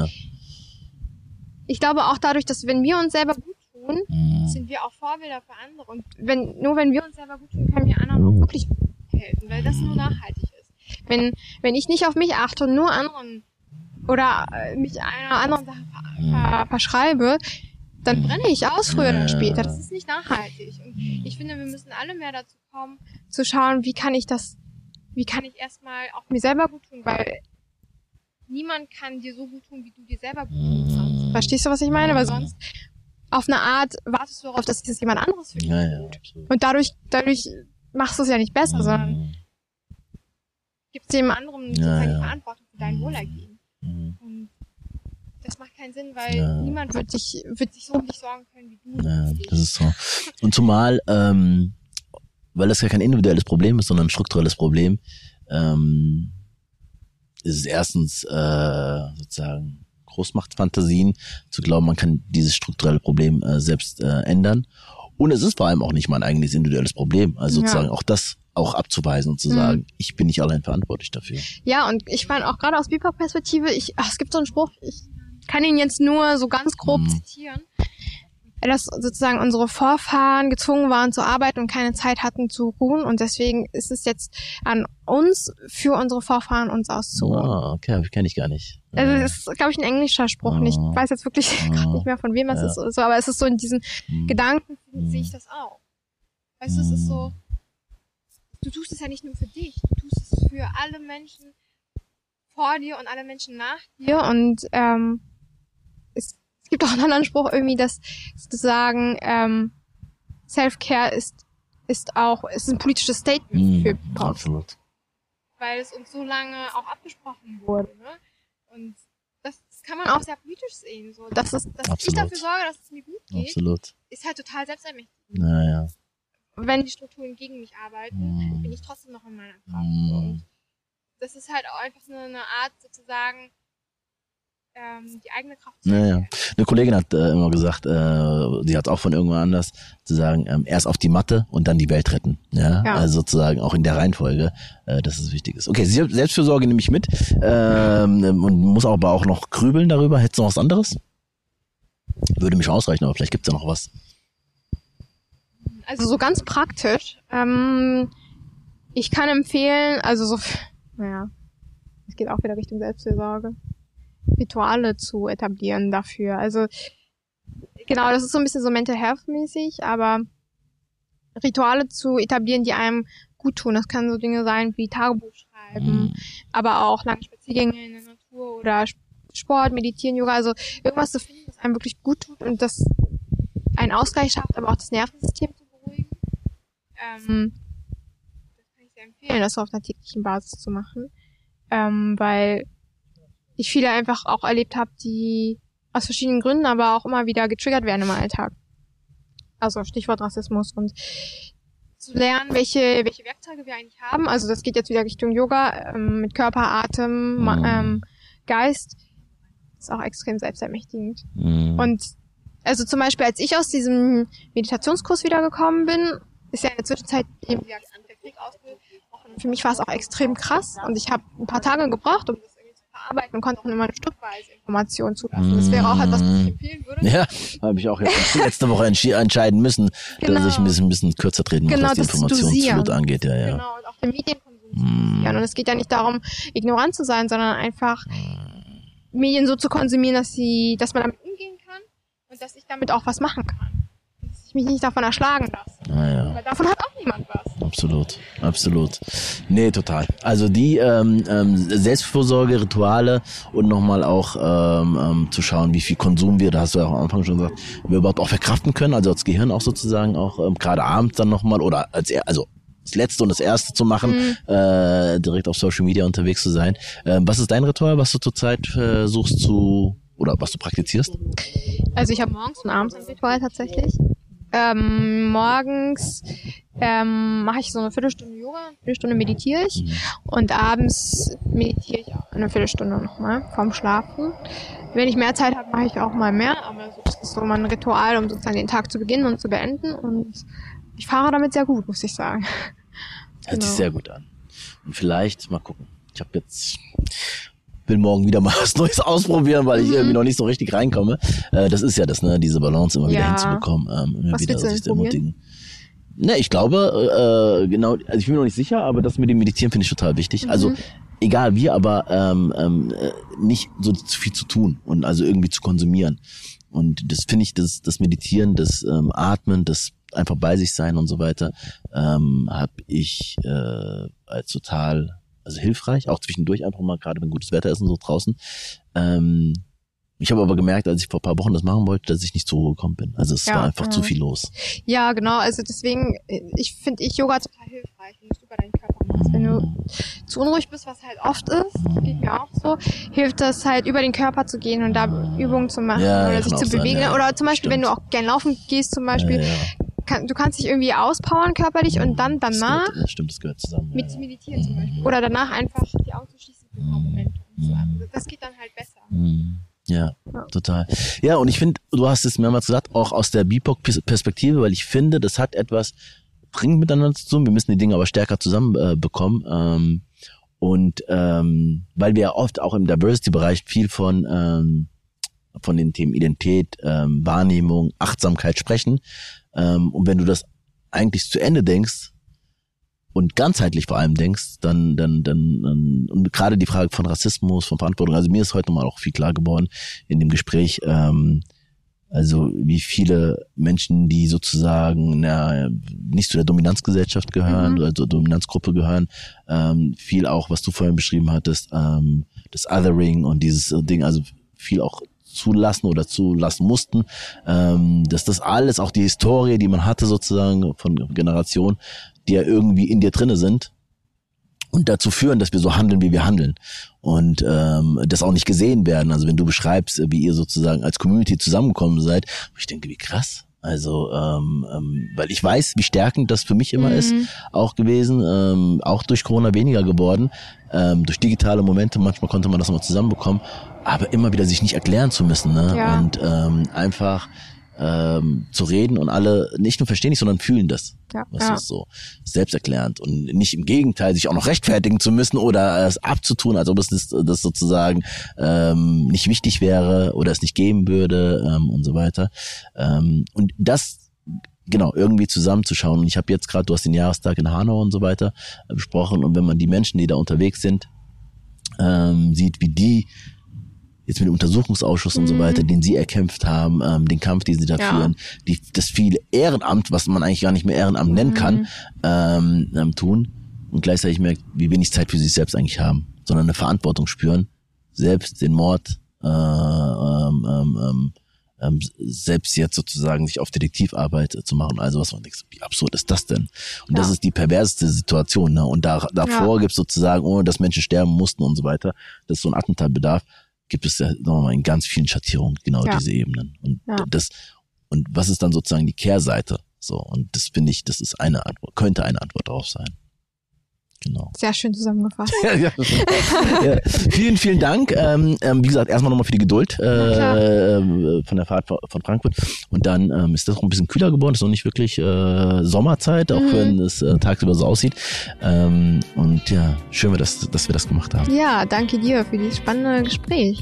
Ich glaube auch dadurch, dass wenn wir uns selber gut tun, mhm. sind wir auch Vorbilder für andere. Und wenn nur wenn wir uns selber gut tun, können wir anderen auch wirklich helfen, weil das nur nachhaltig ist. Wenn wenn ich nicht auf mich achte und nur anderen oder mich einer anderen Sache ver- ver- verschreibe, dann brenne ich aus früher oder später. Das ist nicht nachhaltig. Und ich finde, wir müssen alle mehr dazu kommen, zu schauen, wie kann ich das, wie kann ich erstmal auch mir selber gut tun, weil niemand kann dir so gut tun, wie du dir selber gut tun kannst. Verstehst du, was ich meine? Weil sonst auf eine Art wartest du darauf, dass das jemand anderes für dich ja, ja, tut. Und dadurch, dadurch machst du es ja nicht besser, sondern gibst dem anderen sozusagen ja, ja. die Verantwortung für dein Wohlergehen. Und das macht keinen Sinn, weil ja. niemand wird dich, wird sich so um dich sorgen können, wie du. Ja, das ist so. Und zumal, ähm, weil das ja kein individuelles Problem ist, sondern ein strukturelles Problem, ähm, ist es erstens äh, sozusagen Großmachtfantasien, zu glauben, man kann dieses strukturelle Problem äh, selbst äh, ändern. Und es ist vor allem auch nicht mein eigenes individuelles Problem. Also sozusagen ja. auch das auch abzuweisen und zu sagen, mhm. ich bin nicht allein verantwortlich dafür. Ja, und ich meine auch gerade aus B I P O C-Perspektive, ich, ach, es gibt so einen Spruch, ich kann ihn jetzt nur so ganz grob mhm. zitieren, dass sozusagen unsere Vorfahren gezwungen waren zu arbeiten und keine Zeit hatten zu ruhen und deswegen ist es jetzt an uns, für unsere Vorfahren uns auszuruhen. Ah, okay, kenne ich gar nicht. Also das ist, glaube ich, ein englischer Spruch. Oh. Ich weiß jetzt wirklich oh. gerade nicht mehr, von wem es ja. ist oder so, aber es ist so in diesen hm. Gedanken, hm. sehe ich das auch. Weißt du, es ist so, du tust es ja nicht nur für dich, du tust es für alle Menschen vor dir und alle Menschen nach dir und ähm, es, es gibt auch einen anderen Spruch irgendwie, dass sozusagen ähm, Self-Care ist ist auch ist ein politisches Statement mm, für B I P O C. Absolut. Weil es uns so lange auch abgesprochen wurde, ne? Und das, das kann man auch sehr politisch sehen, so dass es, dass ich dafür sorge, dass es mir gut geht, Absolut. ist halt total selbstermächtigend. Naja. Wenn die Strukturen gegen mich arbeiten, mm. bin ich trotzdem noch in meiner Kraft. Mm. Und das ist halt auch einfach eine, eine Art sozusagen ähm, die eigene Kraft zu naja. Eine Kollegin hat äh, immer gesagt, äh, sie hat es auch von irgendwann anders, zu sagen, ähm, erst auf die Matte und dann die Welt retten. Ja, ja. Also sozusagen auch in der Reihenfolge, äh, dass es wichtig ist. Okay, Selbstfürsorge nehme ich mit ähm, und muss aber auch noch grübeln darüber. Hättest du noch was anderes? Würde mich ausreichen, aber vielleicht gibt's ja noch was. Also so ganz praktisch. Ähm, ich kann empfehlen, also so, naja, es geht auch wieder Richtung Selbstfürsorge, Rituale zu etablieren dafür. Also genau, das ist so ein bisschen so Mental Health mäßig, aber Rituale zu etablieren, die einem gut tun. Das können so Dinge sein wie Tagebuch schreiben, mhm. aber auch lange Spaziergänge in der Natur oder Sport, Meditieren, Yoga, also irgendwas zu finden, was einem wirklich gut tut und das einen Ausgleich schafft, aber auch das Nervensystem zu beruhigen. Ähm, das kann ich sehr empfehlen, das auf einer täglichen Basis zu machen, ähm, weil ich viele einfach auch erlebt habe, die aus verschiedenen Gründen aber auch immer wieder getriggert werden im Alltag. Also Stichwort Rassismus und zu lernen, welche welche Werkzeuge wir eigentlich haben. Also das geht jetzt wieder Richtung Yoga ähm, mit Körper, Atem, mhm. ähm, Geist. Ist auch extrem selbstermächtigend. Mhm. Und also zum Beispiel, als ich aus diesem Meditationskurs wiedergekommen bin, ist ja in der Zwischenzeit eben wieder der Krieg ausgebrochen. Für mich war es auch extrem krass und ich habe ein paar Tage gebraucht, um das irgendwie zu verarbeiten und konnte auch immer eine stückweise Informationen zulassen. Das wäre auch etwas, was ich empfehlen würde. Ja, habe ich auch jetzt letzte Woche entschi- entscheiden müssen, genau. dass ich ein bisschen, ein bisschen kürzer treten muss, genau, was die Informationsflut angeht. Ja, ja. Genau, und auch den Medienkonsum zu dosieren. Und es geht ja nicht darum, ignorant zu sein, sondern einfach Medien so zu konsumieren, dass sie, dass man damit umgehen kann und dass ich damit auch was machen kann. Dass ich mich nicht davon erschlagen lasse. Ah, ja. Weil davon hat auch niemand was. Absolut, absolut. Nee, total. Also die ähm, ähm, Selbstfürsorge, Rituale und nochmal auch ähm, ähm, zu schauen, wie viel Konsum wir, da hast du ja auch am Anfang schon gesagt, wir überhaupt auch verkraften können, also als Gehirn auch sozusagen auch ähm, gerade abends dann nochmal oder als er, also das Letzte und das Erste zu machen, mhm. äh, direkt auf Social Media unterwegs zu sein. Ähm, was ist dein Ritual, was du zurzeit versuchst äh, zu, oder was du praktizierst? Also ich habe morgens und abends ein Ritual tatsächlich. Ähm, morgens ähm, mache ich so eine Viertelstunde Yoga, eine Viertelstunde meditiere ich mhm. und abends meditiere ich auch eine Viertelstunde nochmal vorm Schlafen. Wenn ich mehr Zeit habe, mache ich auch mal mehr, aber so, das ist so mein Ritual, um sozusagen den Tag zu beginnen und zu beenden und ich fahre damit sehr gut, muss ich sagen. Hört sich sehr gut an. Und vielleicht, mal gucken. Ich habe jetzt, will morgen wieder mal was Neues ausprobieren, weil ich mhm. irgendwie noch nicht so richtig reinkomme. Äh, das ist ja das, ne, diese Balance immer ja. wieder hinzubekommen. Ähm, immer was wieder willst du sich denn probieren? Ne, ich glaube, äh, genau, also ich bin mir noch nicht sicher, aber das mit dem Meditieren finde ich total wichtig. Mhm. Also egal wie, aber ähm, ähm, nicht so zu viel zu tun und also irgendwie zu konsumieren. Und das finde ich, das, das Meditieren, das ähm, Atmen, das einfach bei sich sein und so weiter, ähm, habe ich äh, als total, also hilfreich, auch zwischendurch einfach mal, gerade wenn gutes Wetter ist und so draußen. Ähm, ich habe aber gemerkt, als ich vor ein paar Wochen das machen wollte, dass ich nicht zur Ruhe gekommen bin. Also es ja, war einfach ja. zu viel los. Ja, genau, also deswegen, ich finde ich Yoga total hilfreich, wenn du es über deinen Körper machst. Wenn du zu unruhig bist, was halt oft ist, geht mir auch so, hilft das halt über den Körper zu gehen und da Übungen zu machen ja, oder sich zu sein, bewegen. Ja. Oder zum Beispiel, Stimmt. wenn du auch gern laufen gehst zum Beispiel, ja, ja. Kann, du kannst dich irgendwie auspowern körperlich und dann danach das gehört, stimmt, das gehört zusammen. Mit ja. Meditieren zum Beispiel. Oder danach einfach die Augen zu schließen für ein paar Momente. Mhm. Das geht dann halt besser. Mhm. Ja, ja, total. Ja, und ich finde, du hast es mehrmals gesagt, auch aus der B I P O C-Perspektive, weil ich finde, das hat etwas dringend miteinander zu tun. Wir müssen die Dinge aber stärker zusammen äh, bekommen. Ähm, und ähm, weil wir ja oft auch im Diversity-Bereich viel von ähm, von den Themen Identität, ähm, Wahrnehmung, Achtsamkeit sprechen. Ähm, und wenn du das eigentlich zu Ende denkst und ganzheitlich vor allem denkst, dann, dann, dann, dann und gerade die Frage von Rassismus, von Verantwortung, also mir ist heute nochmal auch viel klar geworden in dem Gespräch, ähm, also wie viele Menschen, die sozusagen na, nicht zu der Dominanzgesellschaft gehören mhm. oder zur Dominanzgruppe gehören, ähm, viel auch, was du vorhin beschrieben hattest, ähm, das Othering und dieses Ding, also viel auch zulassen oder zulassen mussten, ähm, dass das alles, auch die Historie, die man hatte sozusagen von Generationen, die ja irgendwie in dir drinne sind und dazu führen, dass wir so handeln, wie wir handeln und ähm, das auch nicht gesehen werden. Also wenn du beschreibst, wie ihr sozusagen als Community zusammengekommen seid, ich denke, wie krass. Also, ähm, ähm, weil ich weiß, wie stärkend das für mich immer mhm. ist, auch gewesen, ähm, auch durch Corona weniger geworden, ähm, durch digitale Momente, manchmal konnte man das mal zusammenbekommen, aber immer wieder sich nicht erklären zu müssen, ne? Ja. Und ähm, einfach ähm, zu reden und alle nicht nur verstehen, sondern fühlen das. Ja, das ja. ist so selbsterklärend und nicht im Gegenteil sich auch noch rechtfertigen zu müssen oder es abzutun, als ob es das, das sozusagen ähm, nicht wichtig wäre oder es nicht geben würde ähm, und so weiter. Ähm, und das genau irgendwie zusammenzuschauen. Und ich habe jetzt gerade, du hast den Jahrestag in Hanau und so weiter äh, besprochen und wenn man die Menschen, die da unterwegs sind, ähm, sieht, wie die jetzt mit dem Untersuchungsausschuss mhm. und so weiter, den sie erkämpft haben, ähm, den Kampf, den sie da ja. führen, die, das viele Ehrenamt, was man eigentlich gar nicht mehr Ehrenamt mhm. nennen kann, ähm, ähm, tun und gleichzeitig merkt, wie wenig Zeit für sich selbst eigentlich haben, sondern eine Verantwortung spüren, selbst den Mord, äh, ähm, ähm, ähm, selbst jetzt sozusagen sich auf Detektivarbeit äh, zu machen, also was man denkt, wie absurd ist das denn? Und ja. das ist die perverseste Situation, ne? Und da, davor ja. gibt es sozusagen, ohne dass Menschen sterben mussten und so weiter, dass so ein Attentat bedarf, gibt es ja nochmal in ganz vielen Schattierungen genau ja. diese Ebenen. Und ja. das, und was ist dann sozusagen die Kehrseite? So, und das finde ich, das ist eine Antwort, könnte eine Antwort darauf sein. Genau. Sehr schön zusammengefasst. ja, ja. ja. Vielen, vielen Dank. Ähm, ähm, wie gesagt, erstmal nochmal für die Geduld äh, von der Fahrt von Frankfurt. Und dann ähm, ist das auch ein bisschen kühler geworden. Ist noch nicht wirklich äh, Sommerzeit, auch mhm. wenn es äh, tagsüber so aussieht. Ähm, und ja, schön, dass, dass wir das gemacht haben. Ja, danke dir für dieses spannende Gespräch.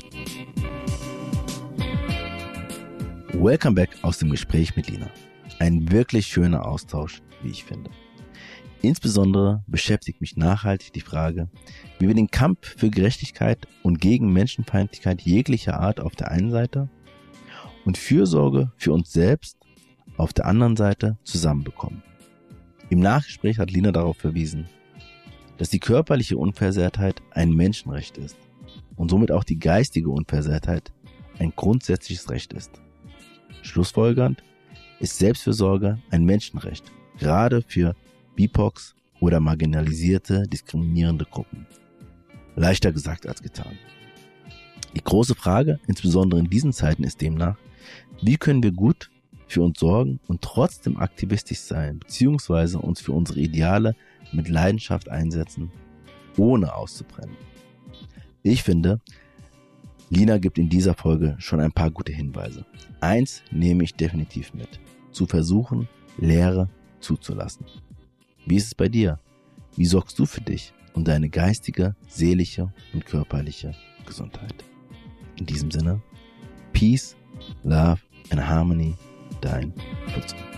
Welcome back aus dem Gespräch mit Lina. Ein wirklich schöner Austausch, wie ich finde. Insbesondere beschäftigt mich nachhaltig die Frage, wie wir den Kampf für Gerechtigkeit und gegen Menschenfeindlichkeit jeglicher Art auf der einen Seite und Fürsorge für uns selbst auf der anderen Seite zusammenbekommen. Im Nachgespräch hat Lina darauf verwiesen, dass die körperliche Unversehrtheit ein Menschenrecht ist und somit auch die geistige Unversehrtheit ein grundsätzliches Recht ist. Schlussfolgernd ist Selbstfürsorge ein Menschenrecht, gerade für B I P O X oder marginalisierte, diskriminierende Gruppen. Leichter gesagt als getan. Die große Frage, insbesondere in diesen Zeiten, ist demnach, wie können wir gut für uns sorgen und trotzdem aktivistisch sein, beziehungsweise uns für unsere Ideale mit Leidenschaft einsetzen, ohne auszubrennen. Ich finde, Lina gibt in dieser Folge schon ein paar gute Hinweise. Eins nehme ich definitiv mit. Zu versuchen, Leere zuzulassen. Wie ist es bei dir? Wie sorgst du für dich und deine geistige, seelische und körperliche Gesundheit? In diesem Sinne, Peace, Love and Harmony, dein Lutz.